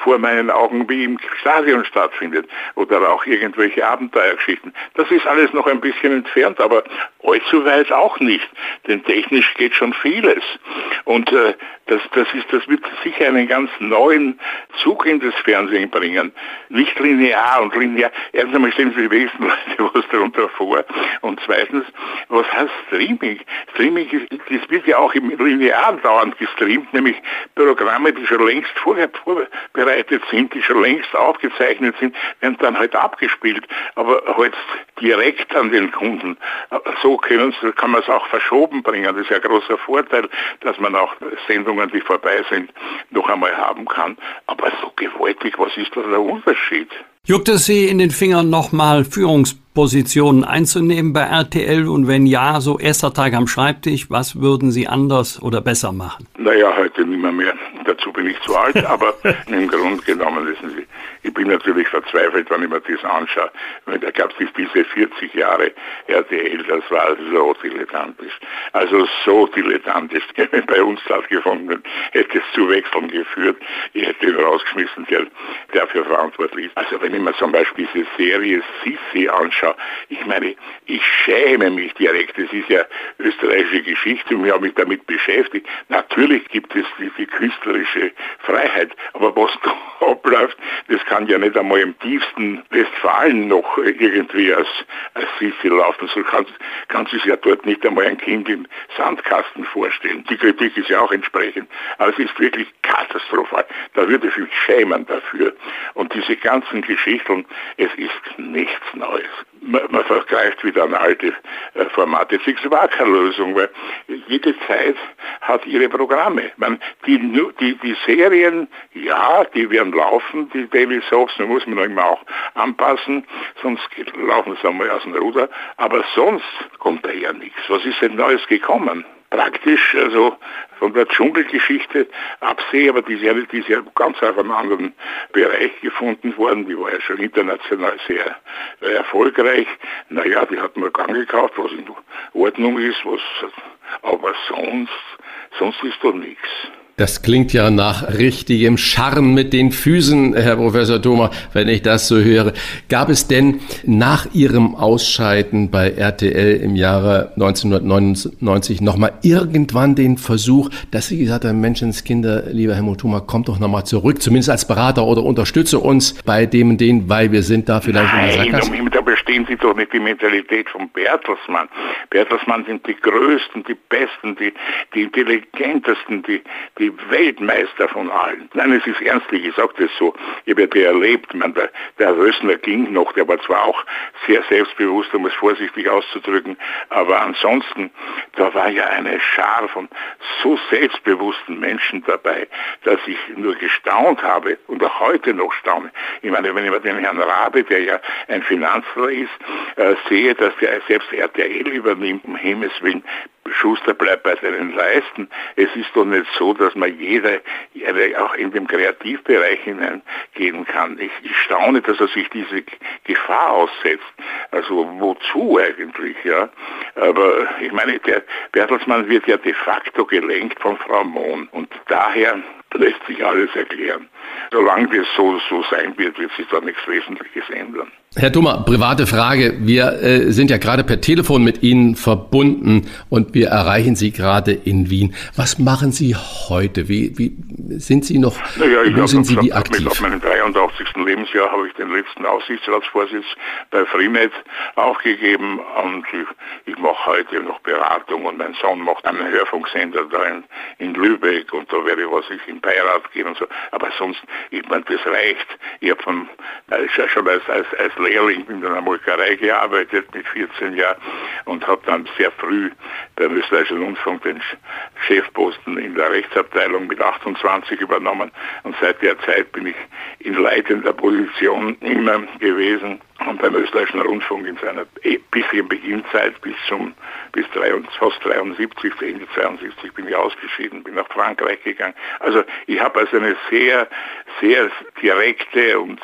vor meinen Augen wie im Stadion stattfindet oder auch irgendwelche Abenteuergeschichten. Das ist alles noch ein bisschen entfernt, aber allzu weit auch nicht, denn technisch geht schon vieles. Und äh, das, das, ist, das wird sicher einen ganz neuen Zug in das Fernsehen bringen. Nicht linear und linear. Erstens einmal stellen Sie die wenigsten Leute was darunter vor. Und zweitens, was heißt Streaming? Streaming, das wird ja auch im Linear dauernd gestreamt, nämlich Programme, die schon längst vorher vorbereitet sind, die schon längst aufgezeichnet sind, werden dann halt abgespielt, aber halt direkt an den Kunden. So können, kann man es auch verschoben bringen. Das ist ja ein großer Vorteil, dass man auch Sendungen, die vorbei sind, noch einmal haben kann. Aber so gewaltig, was ist da der Unterschied? Juckt es Sie in den Fingern, nochmal Führungspositionen einzunehmen bei R T L? Und wenn ja, so erster Tag am Schreibtisch, was würden Sie anders oder besser machen? Naja, heute nicht mehr mehr. Dazu bin ich zu alt, aber im Grunde genommen, wissen Sie, ich bin natürlich verzweifelt, wenn ich mir das anschaue. Da gab es diese vierzig Jahre R T L, das war so dilettantisch. Also so dilettantisch. Wenn bei uns stattgefunden hätte es zu Wechseln geführt. Ich hätte ihn rausgeschmissen, der dafür verantwortlich ist. Also wenn ich mir zum Beispiel diese Serie Sissi anschaue, ich meine, ich schäme mich direkt. Das ist ja österreichische Geschichte und ich habe mich damit beschäftigt. Natürlich gibt es die, die künstlerische Freiheit, aber was da abläuft, das kann ja nicht einmal im tiefsten Westfalen noch irgendwie als, als Sissi laufen. So kann, kann sich ja dort nicht einmal ein Kind im Sandkasten vorstellen. Die Kritik ist ja auch entsprechend. Aber es ist wirklich katastrophal. Da würde ich mich schämen dafür. Und diese ganzen Geschichten, es ist nichts Neues. Man, man vergleicht wieder an alte äh, Formate. Es war keine Lösung, weil jede Zeit hat ihre Programme. Man, die, die, die Serien, ja, die werden laufen, die Daily Soaps, da muss man noch immer auch anpassen, sonst laufen sie einmal aus dem Ruder. Aber sonst kommt da ja nichts. Was ist denn Neues gekommen? Praktisch, also von der Dschungelgeschichte absehe, aber die ist, ja, die ist ja ganz auf einem anderen Bereich gefunden worden, die war ja schon international sehr äh, erfolgreich. Naja, die hat man angekauft, was in Ordnung ist, was, aber sonst, sonst ist doch nichts. Das klingt ja nach richtigem Charme mit den Füßen, Herr Professor Thoma, wenn ich das so höre. Gab es denn nach Ihrem Ausscheiden bei R T L im Jahre neunzehnhundertneunundneunzig nochmal irgendwann den Versuch, dass Sie gesagt haben, Menschenskinder, lieber Helmut Thoma, kommt doch nochmal zurück, zumindest als Berater oder unterstütze uns bei dem und den, weil wir sind da vielleicht Nein, in der Sackgasse? Um, da bestehen Sie doch nicht die Mentalität von Bertelsmann. Bertelsmann sind die Größten, die Besten, die, die Intelligentesten, die, die Weltmeister von allen. Nein, es ist ernstlich, ich sage das so. Ich habe ja erlebt, man, der, der Rösner ging noch, der war zwar auch sehr selbstbewusst, um es vorsichtig auszudrücken, aber ansonsten, da war ja eine Schar von so selbstbewussten Menschen dabei, dass ich nur gestaunt habe und auch heute noch staune. Ich meine, wenn ich mir den Herrn Rabe, der ja ein Finanzler ist, äh, sehe, dass der selbst R T L übernimmt, um Himmels Willen, Schuster bleibt bei seinen Leisten. Es ist doch nicht so, dass man jeder auch in dem Kreativbereich hineingehen kann. Ich, ich staune, dass er sich diese Gefahr aussetzt. Also wozu eigentlich, ja? Aber ich meine, der Bertelsmann wird ja de facto gelenkt von Frau Mohn und daher lässt sich alles erklären. Solange das so, so sein wird, wird sich da nichts Wesentliches ändern. Herr Thoma, private Frage. Wir äh, sind ja gerade per Telefon mit Ihnen verbunden und wir erreichen Sie gerade in Wien. Was machen Sie heute? Wie, wie sind Sie noch, naja, ich wo sind Sie wie aktiv? Auf meinem dreiundachtzigsten Lebensjahr habe ich den letzten Aufsichtsratsvorsitz bei Freenet aufgegeben und ich, ich mache heute noch Beratung und mein Sohn macht einen Hörfunksender da in, in Lübeck und da werde ich was ich im Beirat gehen und so. Aber sonst, ich meine, das reicht. Ich habe von äh, schon als, als, als Lehrling in der Molkerei gearbeitet mit vierzehn Jahren und habe dann sehr früh beim Österreichischen Rundfunk den Chefposten in der Rechtsabteilung mit achtundzwanzig übernommen und seit der Zeit bin ich in leitender Position immer gewesen und beim Österreichischen Rundfunk in seiner bisschen Beginnzeit bis zum bis fast dreiundsiebzig, Ende zweiundsiebzig bin ich ausgeschieden, bin nach Frankreich gegangen. Also ich habe also eine sehr, sehr direkte und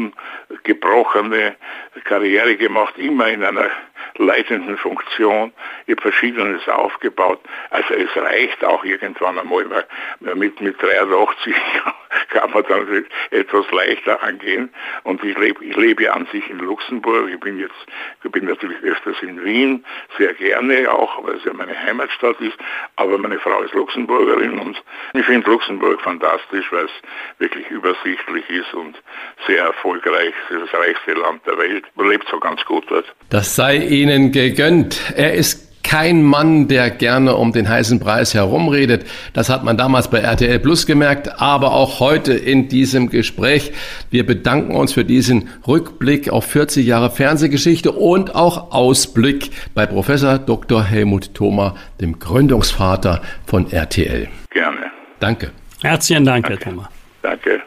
ungebrochene Karriere gemacht, immer in einer leitenden Funktion. Ich habe Verschiedenes aufgebaut. Also es reicht auch irgendwann einmal, weil mit, mit dreiundachtzig kann man dann etwas leichter angehen. Und ich lebe, ich lebe ja an sich in Luxemburg. Ich bin jetzt, ich bin natürlich öfters in Wien, sehr gerne auch, weil es ja meine Heimatstadt ist. Aber meine Frau ist Luxemburgerin und ich finde Luxemburg fantastisch, weil es wirklich übersichtlich ist und sehr erfolgreich. Es ist das reichste Land der Welt. Man lebt so ganz gut dort. Das sei Ihnen gegönnt. Er ist kein Mann, der gerne um den heißen Preis herumredet. Das hat man damals bei R T L Plus gemerkt, aber auch heute in diesem Gespräch. Wir bedanken uns für diesen Rückblick auf vierzig Jahre Fernsehgeschichte und auch Ausblick bei Professor Doktor Helmut Thoma, dem Gründungsvater von R T L. Gerne. Danke. Herzlichen Dank, Danke. Herr Thoma. Danke.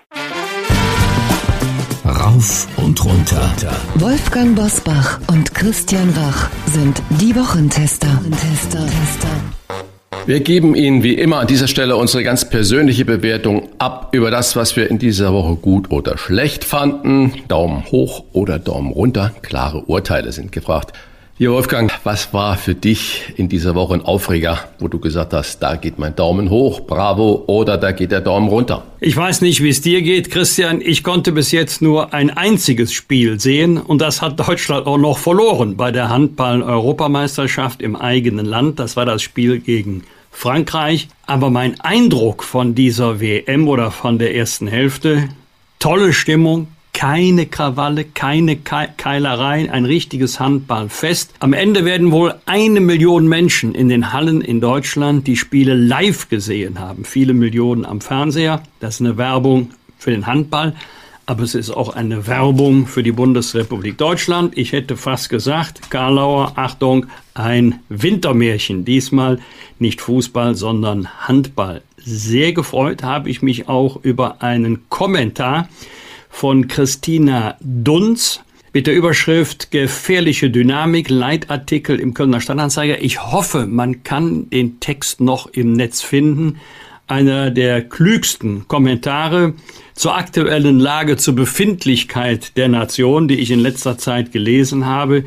Rauf und runter. Wolfgang Bosbach und Christian Rach sind die Wochentester. Wir geben Ihnen wie immer an dieser Stelle unsere ganz persönliche Bewertung ab über das, was wir in dieser Woche gut oder schlecht fanden. Daumen hoch oder Daumen runter. Klare Urteile sind gefragt. Hier, Wolfgang, was war für dich in dieser Woche ein Aufreger, wo du gesagt hast, da geht mein Daumen hoch, bravo, oder da geht der Daumen runter? Ich weiß nicht, wie es dir geht, Christian. Ich konnte bis jetzt nur ein einziges Spiel sehen und das hat Deutschland auch noch verloren bei der Handball-Europameisterschaft im eigenen Land. Das war das Spiel gegen Frankreich. Aber mein Eindruck von dieser W M oder von der ersten Hälfte, tolle Stimmung. Keine Krawalle, keine Keilereien, ein richtiges Handballfest. Am Ende werden wohl eine Million Menschen in den Hallen in Deutschland die Spiele live gesehen haben. Viele Millionen am Fernseher. Das ist eine Werbung für den Handball. Aber es ist auch eine Werbung für die Bundesrepublik Deutschland. Ich hätte fast gesagt, Karlauer, Achtung, ein Wintermärchen. Diesmal nicht Fußball, sondern Handball. Sehr gefreut habe ich mich auch über einen Kommentar von Christina Dunz mit der Überschrift Gefährliche Dynamik, Leitartikel im Kölner Stadtanzeiger. Ich hoffe, man kann den Text noch im Netz finden. Einer der klügsten Kommentare zur aktuellen Lage, zur Befindlichkeit der Nation, die ich in letzter Zeit gelesen habe.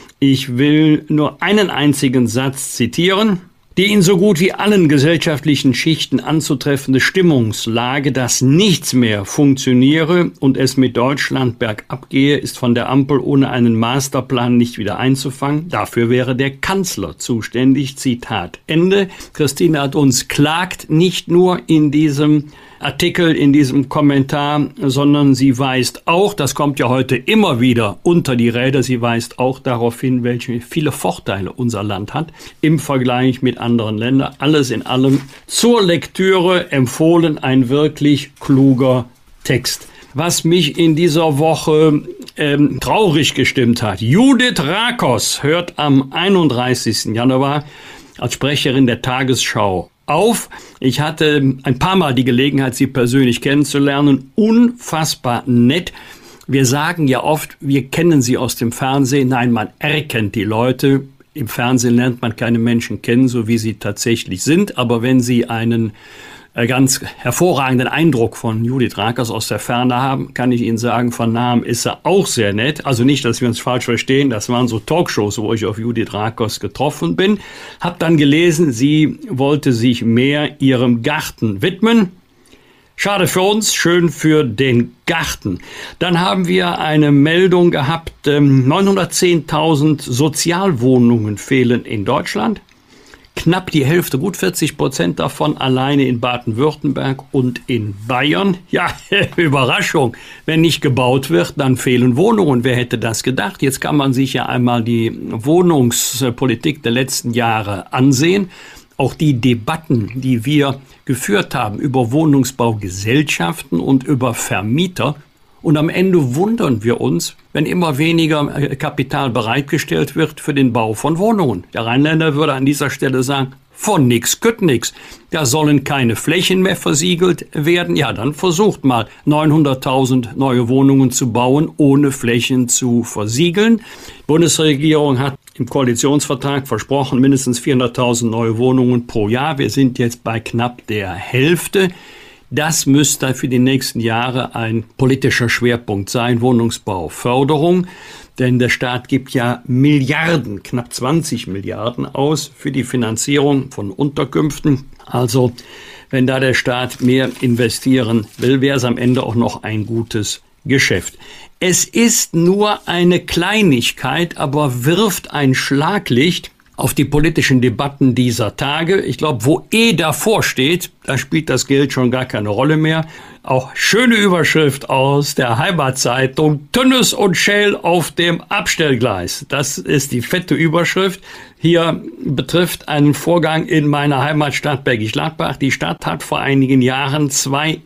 Ich will nur einen einzigen Satz zitieren. Die in so gut wie allen gesellschaftlichen Schichten anzutreffende Stimmungslage, dass nichts mehr funktioniere und es mit Deutschland bergab gehe, ist von der Ampel ohne einen Masterplan nicht wieder einzufangen. Dafür wäre der Kanzler zuständig. Zitat Ende. Christine Dunz klagt nicht nur in diesem Artikel, in diesem Kommentar, sondern sie weist auch, das kommt ja heute immer wieder unter die Räder, sie weist auch darauf hin, welche viele Vorteile unser Land hat im Vergleich mit anderen Ländern. Alles in allem zur Lektüre empfohlen, ein wirklich kluger Text. Was mich in dieser Woche ähm, traurig gestimmt hat. Judith Rakos hört am einunddreißigsten Januar als Sprecherin der Tagesschau auf. Ich hatte ein paar Mal die Gelegenheit, sie persönlich kennenzulernen. Unfassbar nett. Wir sagen ja oft, wir kennen sie aus dem Fernsehen. Nein, man erkennt die Leute. Im Fernsehen lernt man keine Menschen kennen, so wie sie tatsächlich sind. Aber wenn Sie einen ganz hervorragenden Eindruck von Judith Rakos aus der Ferne haben, kann ich Ihnen sagen, von Namen ist er auch sehr nett. Also nicht, dass wir uns falsch verstehen, das waren so Talkshows, wo ich auf Judith Rakos getroffen bin. Hab dann gelesen, sie wollte sich mehr ihrem Garten widmen. Schade für uns, schön für den Garten. Dann haben wir eine Meldung gehabt, neunhundertzehntausend Sozialwohnungen fehlen in Deutschland. Knapp die Hälfte, gut vierzig Prozent davon alleine in Baden-Württemberg und in Bayern. Ja, Überraschung. Wenn nicht gebaut wird, dann fehlen Wohnungen. Wer hätte das gedacht? Jetzt kann man sich ja einmal die Wohnungspolitik der letzten Jahre ansehen. Auch die Debatten, die wir geführt haben über Wohnungsbaugesellschaften und über Vermieter. Und am Ende wundern wir uns, wenn immer weniger Kapital bereitgestellt wird für den Bau von Wohnungen. Der Rheinländer würde an dieser Stelle sagen, von nix kütt nix. Da sollen keine Flächen mehr versiegelt werden. Ja, dann versucht mal neunhunderttausend neue Wohnungen zu bauen, ohne Flächen zu versiegeln. Die Bundesregierung hat im Koalitionsvertrag versprochen, mindestens vierhunderttausend neue Wohnungen pro Jahr. Wir sind jetzt bei knapp der Hälfte. Das müsste für die nächsten Jahre ein politischer Schwerpunkt sein, Wohnungsbauförderung. Denn der Staat gibt ja Milliarden, knapp zwanzig Milliarden aus für die Finanzierung von Unterkünften. Also wenn da der Staat mehr investieren will, wäre es am Ende auch noch ein gutes Geschäft. Es ist nur eine Kleinigkeit, aber wirft ein Schlaglicht auf die politischen Debatten dieser Tage. Ich glaube, wo E davor steht, da spielt das Geld schon gar keine Rolle mehr. Auch schöne Überschrift aus der Heimatzeitung: Tönnes und Schell auf dem Abstellgleis. Das ist die fette Überschrift. Hier betrifft einen Vorgang in meiner Heimatstadt Bergisch Gladbach. Die Stadt hat vor einigen Jahren zwei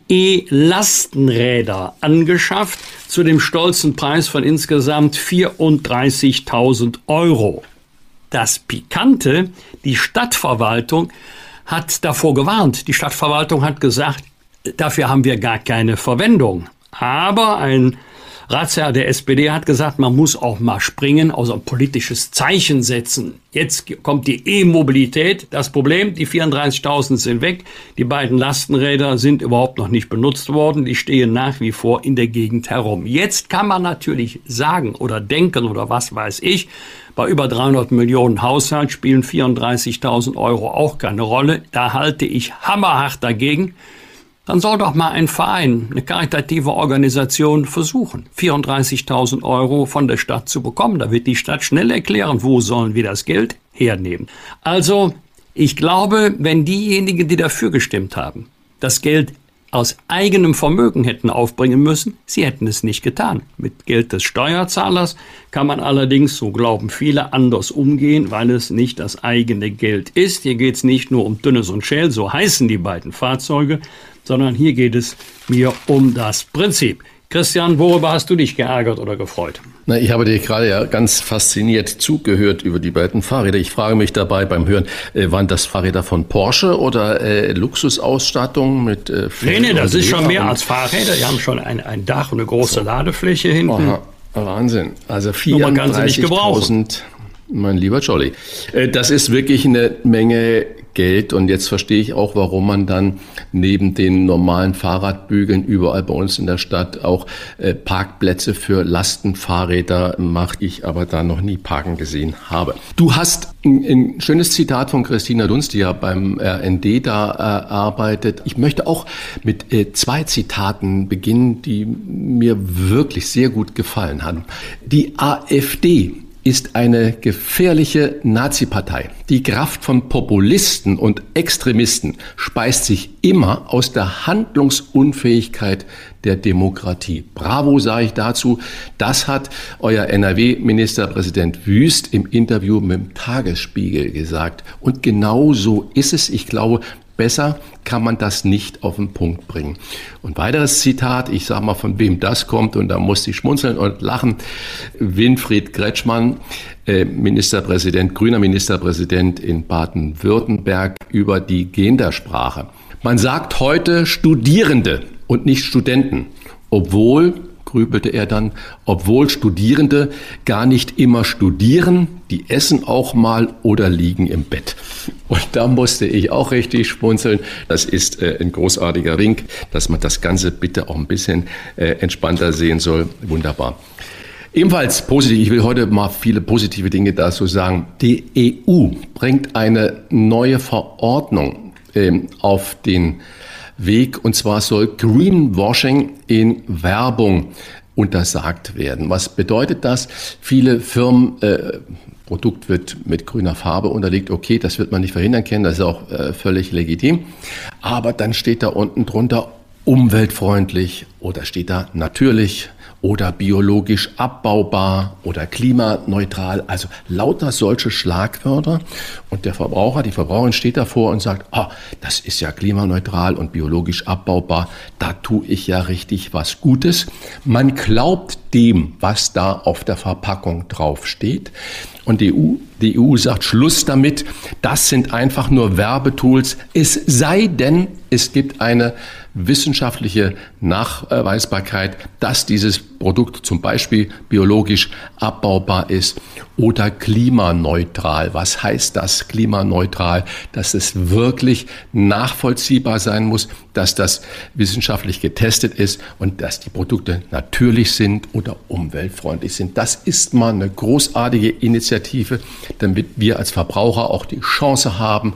E-Lastenräder angeschafft zu dem stolzen Preis von insgesamt vierunddreißigtausend Euro. Das Pikante: die Stadtverwaltung hat davor gewarnt. Die Stadtverwaltung hat gesagt, dafür haben wir gar keine Verwendung. Aber ein Ratsherr der S P D hat gesagt, man muss auch mal springen, also ein politisches Zeichen setzen. Jetzt kommt die E-Mobilität. Das Problem, die vierunddreißigtausend sind weg. Die beiden Lastenräder sind überhaupt noch nicht benutzt worden. Die stehen nach wie vor in der Gegend herum. Jetzt kann man natürlich sagen oder denken oder was weiß ich, bei über dreihundert Millionen Haushalt spielen vierunddreißigtausend Euro auch keine Rolle. Da halte ich hammerhart dagegen. Dann soll doch mal ein Verein, eine karitative Organisation versuchen, vierunddreißigtausend Euro von der Stadt zu bekommen. Da wird die Stadt schnell erklären, wo sollen wir das Geld hernehmen. Also, ich glaube, wenn diejenigen, die dafür gestimmt haben, das Geld aus eigenem Vermögen hätten aufbringen müssen, sie hätten es nicht getan. Mit Geld des Steuerzahlers kann man allerdings, so glauben viele, anders umgehen, weil es nicht das eigene Geld ist. Hier geht es nicht nur um Tönnes und Schell, so heißen die beiden Fahrzeuge, sondern hier geht es mir um das Prinzip. Christian, worüber hast du dich geärgert oder gefreut? Na, ich habe dir gerade ja ganz fasziniert zugehört über die beiden Fahrräder. Ich frage mich dabei beim Hören, äh, waren das Fahrräder von Porsche oder äh, Luxusausstattung mit äh, Nee, nee, das ist schon mehr als Fahrräder. Die haben schon ein, ein Dach und eine große so. Ladefläche hinten. Aha, Wahnsinn. Also vierunddreißigtausend, mein lieber Jolly. Äh, das ist wirklich eine Menge Geld, und jetzt verstehe ich auch, warum man dann neben den normalen Fahrradbügeln überall bei uns in der Stadt auch äh, Parkplätze für Lastenfahrräder macht, ich aber da noch nie parken gesehen habe. Du hast ein, ein schönes Zitat von Christina Dunst, die ja beim R N D da äh, arbeitet. Ich möchte auch mit äh, zwei Zitaten beginnen, die mir wirklich sehr gut gefallen haben. Die AfD ist eine gefährliche Nazi-Partei. Die Kraft von Populisten und Extremisten speist sich immer aus der Handlungsunfähigkeit der Demokratie. Bravo, sage ich dazu. Das hat euer N R W-Ministerpräsident Wüst im Interview mit dem Tagesspiegel gesagt. Und genau so ist es. Ich glaube, besser kann man das nicht auf den Punkt bringen. Und weiteres Zitat, ich sage mal, von wem das kommt, und da musste ich schmunzeln und lachen. Winfried Kretschmann, äh, Ministerpräsident, grüner Ministerpräsident in Baden-Württemberg, über die Gendersprache. Man sagt heute Studierende und nicht Studenten, obwohl, grübelte er dann, obwohl Studierende gar nicht immer studieren, die essen auch mal oder liegen im Bett. Und da musste ich auch richtig schmunzeln. Das ist äh, ein großartiger Wink, dass man das Ganze bitte auch ein bisschen äh, entspannter sehen soll. Wunderbar. Ebenfalls positiv, ich will heute mal viele positive Dinge dazu sagen. Die E U bringt eine neue Verordnung äh, auf den Weg, und zwar soll Greenwashing in Werbung untersagt werden. Was bedeutet das? Viele Firmen, äh, Produkt wird mit grüner Farbe unterlegt, okay, das wird man nicht verhindern können, das ist auch äh, völlig legitim. Aber dann steht da unten drunter umweltfreundlich oder steht da natürlich oder biologisch abbaubar oder klimaneutral, also lauter solche Schlagwörter. Und der Verbraucher, die Verbraucherin steht davor und sagt, ah, das ist ja klimaneutral und biologisch abbaubar, da tue ich ja richtig was Gutes. Man glaubt dem, was da auf der Verpackung drauf steht. Und die E U, die E U sagt, Schluss damit, das sind einfach nur Werbetools, es sei denn, es gibt eine wissenschaftliche Nachweisbarkeit, dass dieses Produkt zum Beispiel biologisch abbaubar ist oder klimaneutral. Was heißt das, klimaneutral? Dass es wirklich nachvollziehbar sein muss, dass das wissenschaftlich getestet ist und dass die Produkte natürlich sind oder umweltfreundlich sind. Das ist mal eine großartige Initiative, damit wir als Verbraucher auch die Chance haben,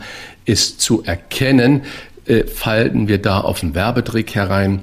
ist zu erkennen, äh, fallen wir da auf einen Werbetrick herein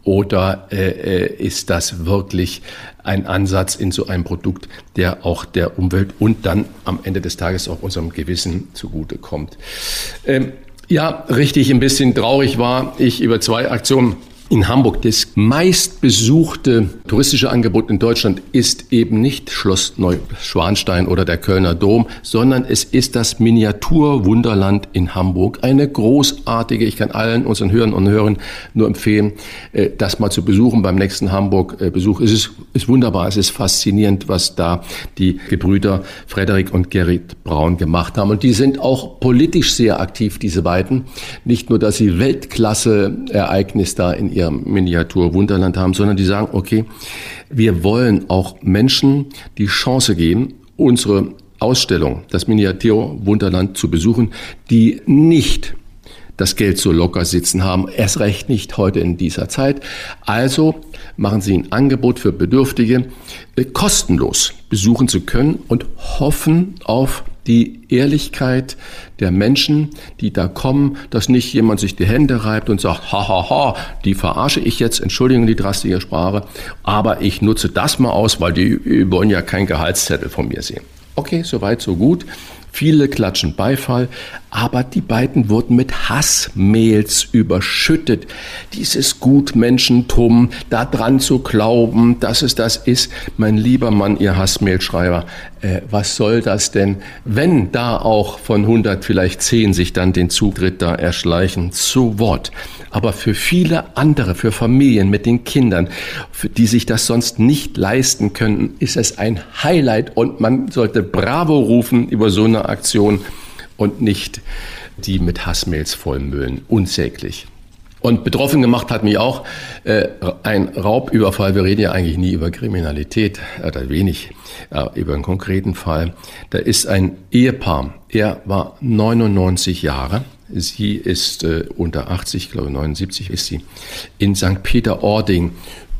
oder äh, ist das wirklich ein Ansatz in so einem Produkt, der auch der Umwelt und dann am Ende des Tages auch unserem Gewissen zugutekommt. Ähm, ja, richtig, ein bisschen traurig war ich über zwei Aktionen in Hamburg. Das meistbesuchte touristische Angebot in Deutschland ist eben nicht Schloss Neuschwanstein oder der Kölner Dom, sondern es ist das Miniaturwunderland in Hamburg. Eine großartige, ich kann allen unseren Hörern und Hörern nur empfehlen, das mal zu besuchen beim nächsten Hamburg-Besuch. Es ist, ist wunderbar, es ist faszinierend, was da die Gebrüder Frederik und Gerrit Braun gemacht haben. Und die sind auch politisch sehr aktiv, diese beiden. Nicht nur, dass sie Weltklasse-Ereignis da in ihrem Miniatur-Wunderland haben, sondern die sagen, okay, wir wollen auch Menschen die Chance geben, unsere Ausstellung, das Miniatur-Wunderland zu besuchen, die nicht das Geld so locker sitzen haben, erst recht nicht heute in dieser Zeit. Also machen Sie ein Angebot für Bedürftige, kostenlos besuchen zu können und hoffen auf die Ehrlichkeit der Menschen, die da kommen, dass nicht jemand sich die Hände reibt und sagt, ha, ha, ha, die verarsche ich jetzt, Entschuldigung die drastische Sprache, aber ich nutze das mal aus, weil die wollen ja keinen Gehaltszettel von mir sehen. Okay, soweit, so gut. Viele klatschen Beifall, aber die beiden wurden mit Hassmails überschüttet. Dieses Gutmenschentum, da dran zu glauben, dass es das ist. Mein lieber Mann, ihr Hassmailschreiber, äh, was soll das denn, wenn da auch von hundert vielleicht zehn sich dann den Zutritt da erschleichen? So what? Aber für viele andere, für Familien mit den Kindern, für die sich das sonst nicht leisten können, ist es ein Highlight und man sollte Bravo rufen über so eine Aktion und nicht die mit Hassmails vollmüllen. Unsäglich. Und betroffen gemacht hat mich auch äh, ein Raubüberfall. Wir reden ja eigentlich nie über Kriminalität, oder wenig, äh, über einen konkreten Fall. Da ist ein Ehepaar. Er war neunundneunzig Jahre. Sie ist äh, unter achtzig, ich glaube neunundsiebzig ist sie, in Sankt Peter-Ording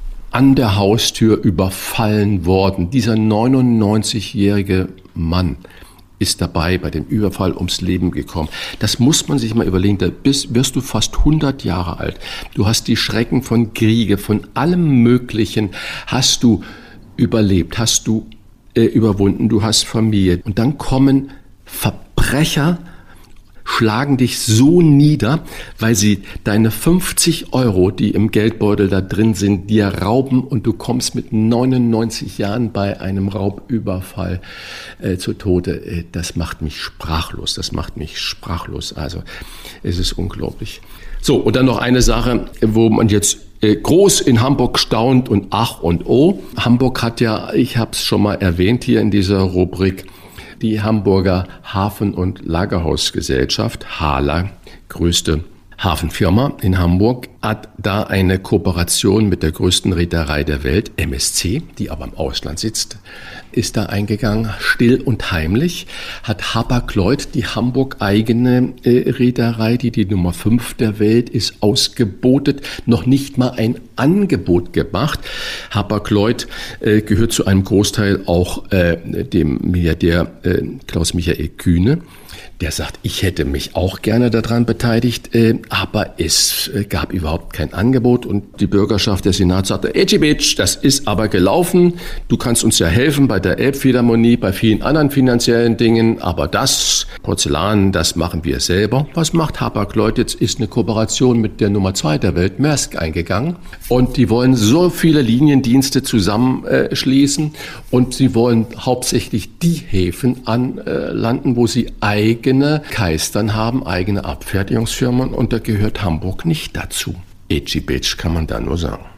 an der Haustür überfallen worden. Dieser neunundneunzigjährige Mann ist dabei bei dem Überfall ums Leben gekommen. Das muss man sich mal überlegen. Da bist, wirst du fast hundert Jahre alt. Du hast die Schrecken von Kriege, von allem Möglichen hast du überlebt, hast du äh, überwunden, du hast Familie. Und dann kommen Verbrecher, schlagen dich so nieder, weil sie deine fünfzig Euro, die im Geldbeutel da drin sind, dir rauben und du kommst mit neunundneunzig Jahren bei einem Raubüberfall äh, zu Tode. Äh, das macht mich sprachlos, das macht mich sprachlos. Also es ist unglaublich. So, und dann noch eine Sache, wo man jetzt äh, groß in Hamburg staunt und ach und oh. Hamburg hat ja, ich habe es schon mal erwähnt hier in dieser Rubrik, die Hamburger Hafen- und Lagerhausgesellschaft, HHLA, größte Hafenfirma in Hamburg, hat da eine Kooperation mit der größten Reederei der Welt, M S C, die aber im Ausland sitzt, ist da eingegangen. Still und heimlich hat Hapag-Lloyd, die Hamburg-eigene äh, Reederei, die die Nummer fünf der Welt ist, ausgebotet, noch nicht mal ein Angebot gemacht. Hapag-Lloyd äh, gehört zu einem Großteil auch äh, dem Milliardär äh, Klaus-Michael Kühne. Der sagt, ich hätte mich auch gerne daran beteiligt, äh, aber es äh, gab überhaupt kein Angebot und die Bürgerschaft, der Senat sagte, Edgebitsch, das ist aber gelaufen, du kannst uns ja helfen bei der Elbphilharmonie, bei vielen anderen finanziellen Dingen, aber das Porzellan, das machen wir selber. Was macht Hapag-Lloyd jetzt? Ist eine Kooperation mit der Nummer zwei der Welt, Maersk, eingegangen und die wollen so viele Liniendienste zusammenschließen äh, und sie wollen hauptsächlich die Häfen anlanden, wo sie eigene Kaistern haben, eigene Abfertigungsfirmen und da gehört Hamburg nicht dazu. Edgy-Bitch kann man da nur sagen.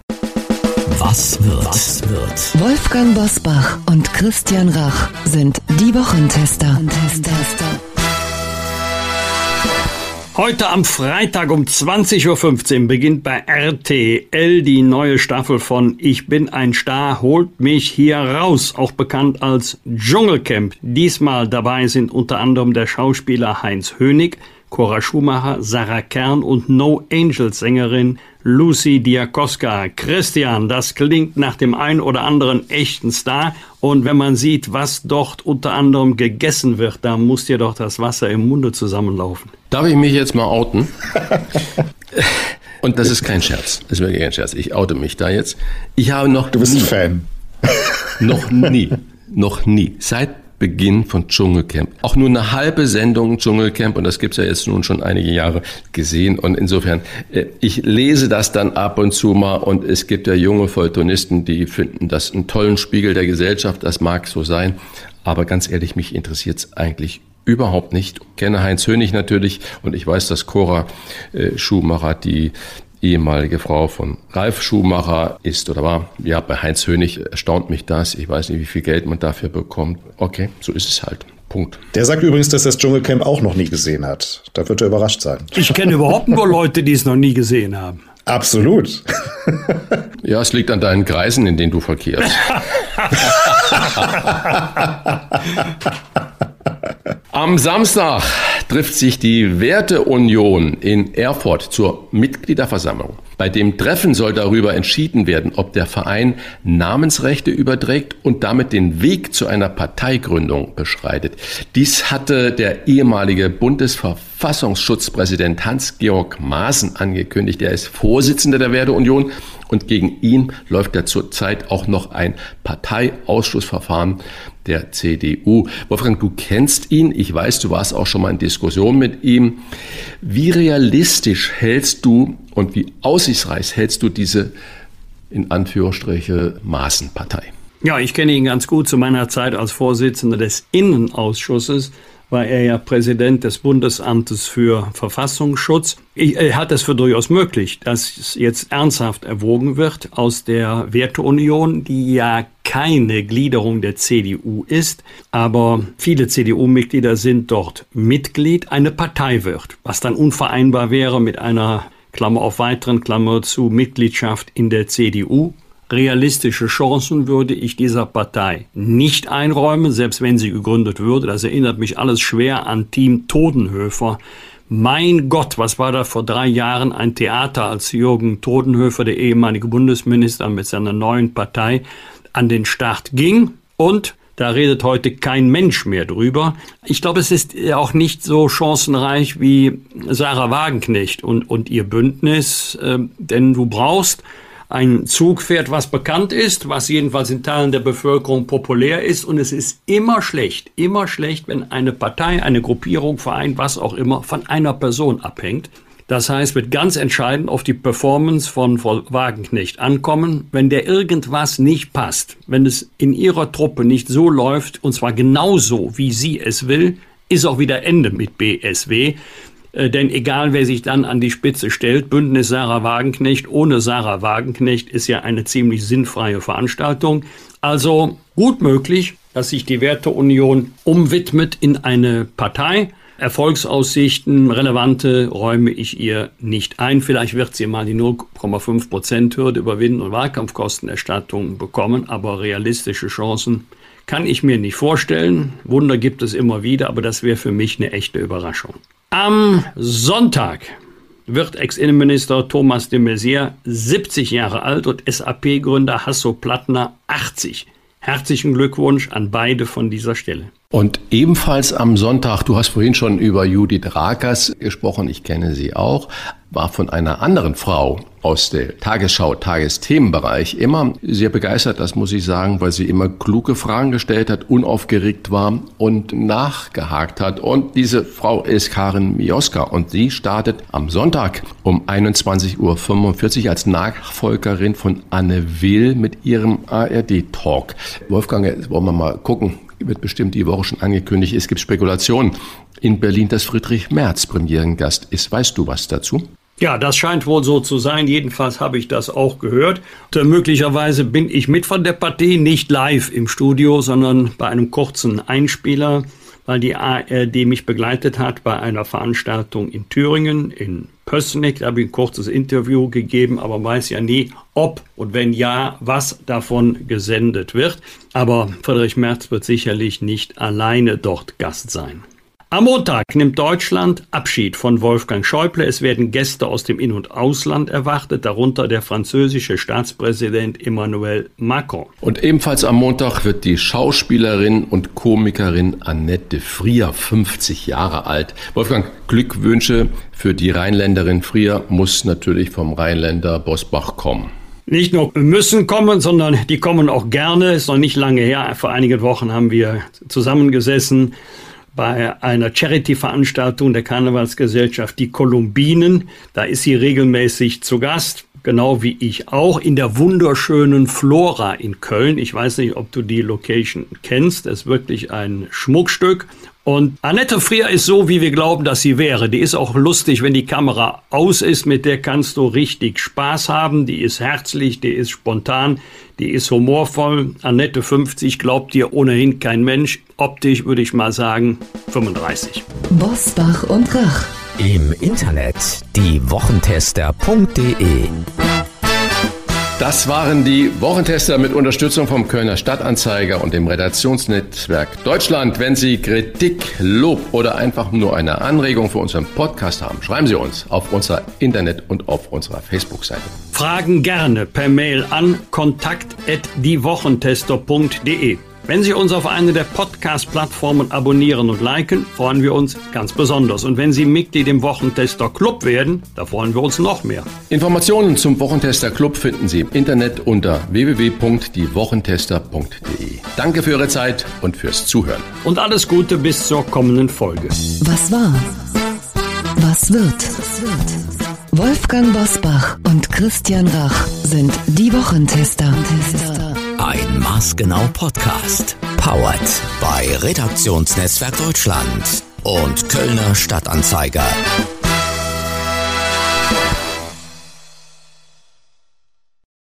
Was wird? Was wird? Wolfgang Bosbach und Christian Rach sind die Wochentester. Heute am Freitag um zwanzig Uhr fünfzehn beginnt bei R T L die neue Staffel von Ich bin ein Star, holt mich hier raus, auch bekannt als Dschungelcamp. Diesmal dabei sind unter anderem der Schauspieler Heinz Hönig, Cora Schumacher, Sarah Kern und No Angels Sängerin Lucy Diakoska. Christian, das klingt nach dem ein oder anderen echten Star. Und wenn man sieht, was dort unter anderem gegessen wird, da muss dir doch das Wasser im Munde zusammenlaufen. Darf ich mich jetzt mal outen? Und das ist kein Scherz. Das ist wirklich kein Scherz. Ich oute mich da jetzt. Ich habe noch Du bist nie, ein Fan. Noch nie, noch nie, seit Beginn von Dschungelcamp, auch nur eine halbe Sendung Dschungelcamp, und das gibt's ja jetzt nun schon einige Jahre, gesehen. Und insofern, ich lese das dann ab und zu mal, und es gibt ja junge Feuilletonisten, die finden das einen tollen Spiegel der Gesellschaft, das mag so sein, aber ganz ehrlich, mich interessiert's eigentlich überhaupt nicht. Ich kenne Heinz Hönig natürlich, und ich weiß, dass Cora äh, Schumacher, die ehemalige Frau von Ralf Schumacher ist oder war. Ja, bei Heinz Hönig erstaunt mich das. Ich weiß nicht, wie viel Geld man dafür bekommt. Okay, so ist es halt. Punkt. Der sagt übrigens, dass er das Dschungelcamp auch noch nie gesehen hat. Da wird er überrascht sein. Ich kenne überhaupt nur Leute, die es noch nie gesehen haben. Absolut. Ja, es liegt an deinen Kreisen, in denen du verkehrst. Am Samstag trifft sich die Werteunion in Erfurt zur Mitgliederversammlung. Bei dem Treffen soll darüber entschieden werden, ob der Verein Namensrechte überträgt und damit den Weg zu einer Parteigründung beschreitet. Dies hatte der ehemalige Bundesverfassungsschutzpräsident Hans-Georg Maaßen angekündigt. Er ist Vorsitzender der Werteunion, und gegen ihn läuft ja zurzeit auch noch ein Parteiausschussverfahren der C D U. Wolfgang, du kennst ihn. Ich weiß, du warst auch schon mal in Diskussion mit ihm. Wie realistisch hältst du und wie aussichtsreich hältst du diese, in Anführungsstriche, Maaßen-Partei? Ja, ich kenne ihn ganz gut. Zu meiner Zeit als Vorsitzender des Innenausschusses war er ja Präsident des Bundesamtes für Verfassungsschutz. Er hat es für durchaus möglich, dass jetzt ernsthaft erwogen wird, aus der Werteunion, die ja keine Gliederung der C D U ist, aber viele C D U-Mitglieder sind dort Mitglied, eine Partei wird, was dann unvereinbar wäre mit einer, Klammer auf weiteren, Klammer zu, Mitgliedschaft in der C D U. Realistische Chancen würde ich dieser Partei nicht einräumen, selbst wenn sie gegründet würde. Das erinnert mich alles schwer an Team Todenhöfer. Mein Gott, was war da vor drei Jahren ein Theater, als Jürgen Todenhöfer, der ehemalige Bundesminister, mit seiner neuen Partei an den Start ging. Und da redet heute kein Mensch mehr drüber. Ich glaube, es ist auch nicht so chancenreich wie Sarah Wagenknecht und, und ihr Bündnis, äh, denn du brauchst ein Zugpferd, was bekannt ist, was jedenfalls in Teilen der Bevölkerung populär ist. Und es ist immer schlecht, immer schlecht, wenn eine Partei, eine Gruppierung, Verein, was auch immer, von einer Person abhängt. Das heißt, wird ganz entscheidend auf die Performance von Frau Wagenknecht ankommen. Wenn der irgendwas nicht passt, wenn es in ihrer Truppe nicht so läuft, und zwar genauso, wie sie es will, ist auch wieder Ende mit B S W. Denn egal, wer sich dann an die Spitze stellt, Bündnis Sarah Wagenknecht ohne Sarah Wagenknecht ist ja eine ziemlich sinnfreie Veranstaltung. Also gut möglich, dass sich die Werteunion umwidmet in eine Partei. Erfolgsaussichten, relevante, räume ich ihr nicht ein. Vielleicht wird sie mal die null Komma fünf Prozent Hürde überwinden und Wahlkampfkostenerstattung bekommen, aber realistische Chancen kann ich mir nicht vorstellen. Wunder gibt es immer wieder, aber das wäre für mich eine echte Überraschung. Am Sonntag wird Ex-Innenminister Thomas de Maizière siebzig Jahre alt und S A P-Gründer Hasso Plattner achtzig. Herzlichen Glückwunsch an beide von dieser Stelle. Und ebenfalls am Sonntag, du hast vorhin schon über Judith Rakers gesprochen, ich kenne sie auch, war von einer anderen Frau aus der Tagesschau, Tagesthemenbereich immer sehr begeistert, das muss ich sagen, weil sie immer kluge Fragen gestellt hat, unaufgeregt war und nachgehakt hat. Und diese Frau ist Karin Mioska und sie startet am Sonntag um einundzwanzig Uhr fünfundvierzig als Nachfolgerin von Anne Will mit ihrem A R D-Talk. Wolfgang, jetzt wollen wir mal gucken. Wird bestimmt die Woche schon angekündigt. Es gibt Spekulationen in Berlin, dass Friedrich Merz Premierengast ist. Weißt du was dazu? Ja, das scheint wohl so zu sein. Jedenfalls habe ich das auch gehört. Und möglicherweise bin ich mit von der Partie, nicht live im Studio, sondern bei einem kurzen Einspieler, weil die A R D mich begleitet hat bei einer Veranstaltung in Thüringen, in Pößneck. Da habe ich ein kurzes Interview gegeben, aber man weiß ja nie, ob und wenn ja, was davon gesendet wird. Aber Friedrich Merz wird sicherlich nicht alleine dort Gast sein. Am Montag nimmt Deutschland Abschied von Wolfgang Schäuble. Es werden Gäste aus dem In- und Ausland erwartet, darunter der französische Staatspräsident Emmanuel Macron. Und ebenfalls am Montag wird die Schauspielerin und Komikerin Annette Frier fünfzig Jahre alt. Wolfgang, Glückwünsche für die Rheinländerin Frier muss natürlich vom Rheinländer Bosbach kommen. Nicht nur müssen kommen, sondern die kommen auch gerne. Ist noch nicht lange her. Vor einigen Wochen haben wir zusammengesessen bei einer Charity-Veranstaltung der Karnevalsgesellschaft Die Kolumbinen. Da ist sie regelmäßig zu Gast, genau wie ich auch, in der wunderschönen Flora in Köln. Ich weiß nicht, ob du die Location kennst. Das ist wirklich ein Schmuckstück. Und Annette Frier ist so, wie wir glauben, dass sie wäre. Die ist auch lustig, wenn die Kamera aus ist. Mit der kannst du richtig Spaß haben. Die ist herzlich, die ist spontan, die ist humorvoll. Annette fünfzig glaubt dir ohnehin kein Mensch. Optisch würde ich mal sagen fünfunddreißig. Bosbach und Rach. Im Internet die Wochentester punkt de. Das waren die Wochentester mit Unterstützung vom Kölner Stadtanzeiger und dem Redaktionsnetzwerk Deutschland. Wenn Sie Kritik, Lob oder einfach nur eine Anregung für unseren Podcast haben, schreiben Sie uns auf unserer Internet- und auf unserer Facebook-Seite. Fragen gerne per Mail an kontakt at die wochentester punkt de. Wenn Sie uns auf einer der Podcast-Plattformen abonnieren und liken, freuen wir uns ganz besonders. Und wenn Sie Mitglied im Wochentester Club werden, da freuen wir uns noch mehr. Informationen zum Wochentester Club finden Sie im Internet unter w w w punkt die wochentester punkt de. Danke für Ihre Zeit und fürs Zuhören. Und alles Gute bis zur kommenden Folge. Was war? Was wird? Wolfgang Bosbach und Christian Rach sind die Wochentester. Ein maßgenau Podcast. Powered bei Redaktionsnetzwerk Deutschland und Kölner Stadtanzeiger.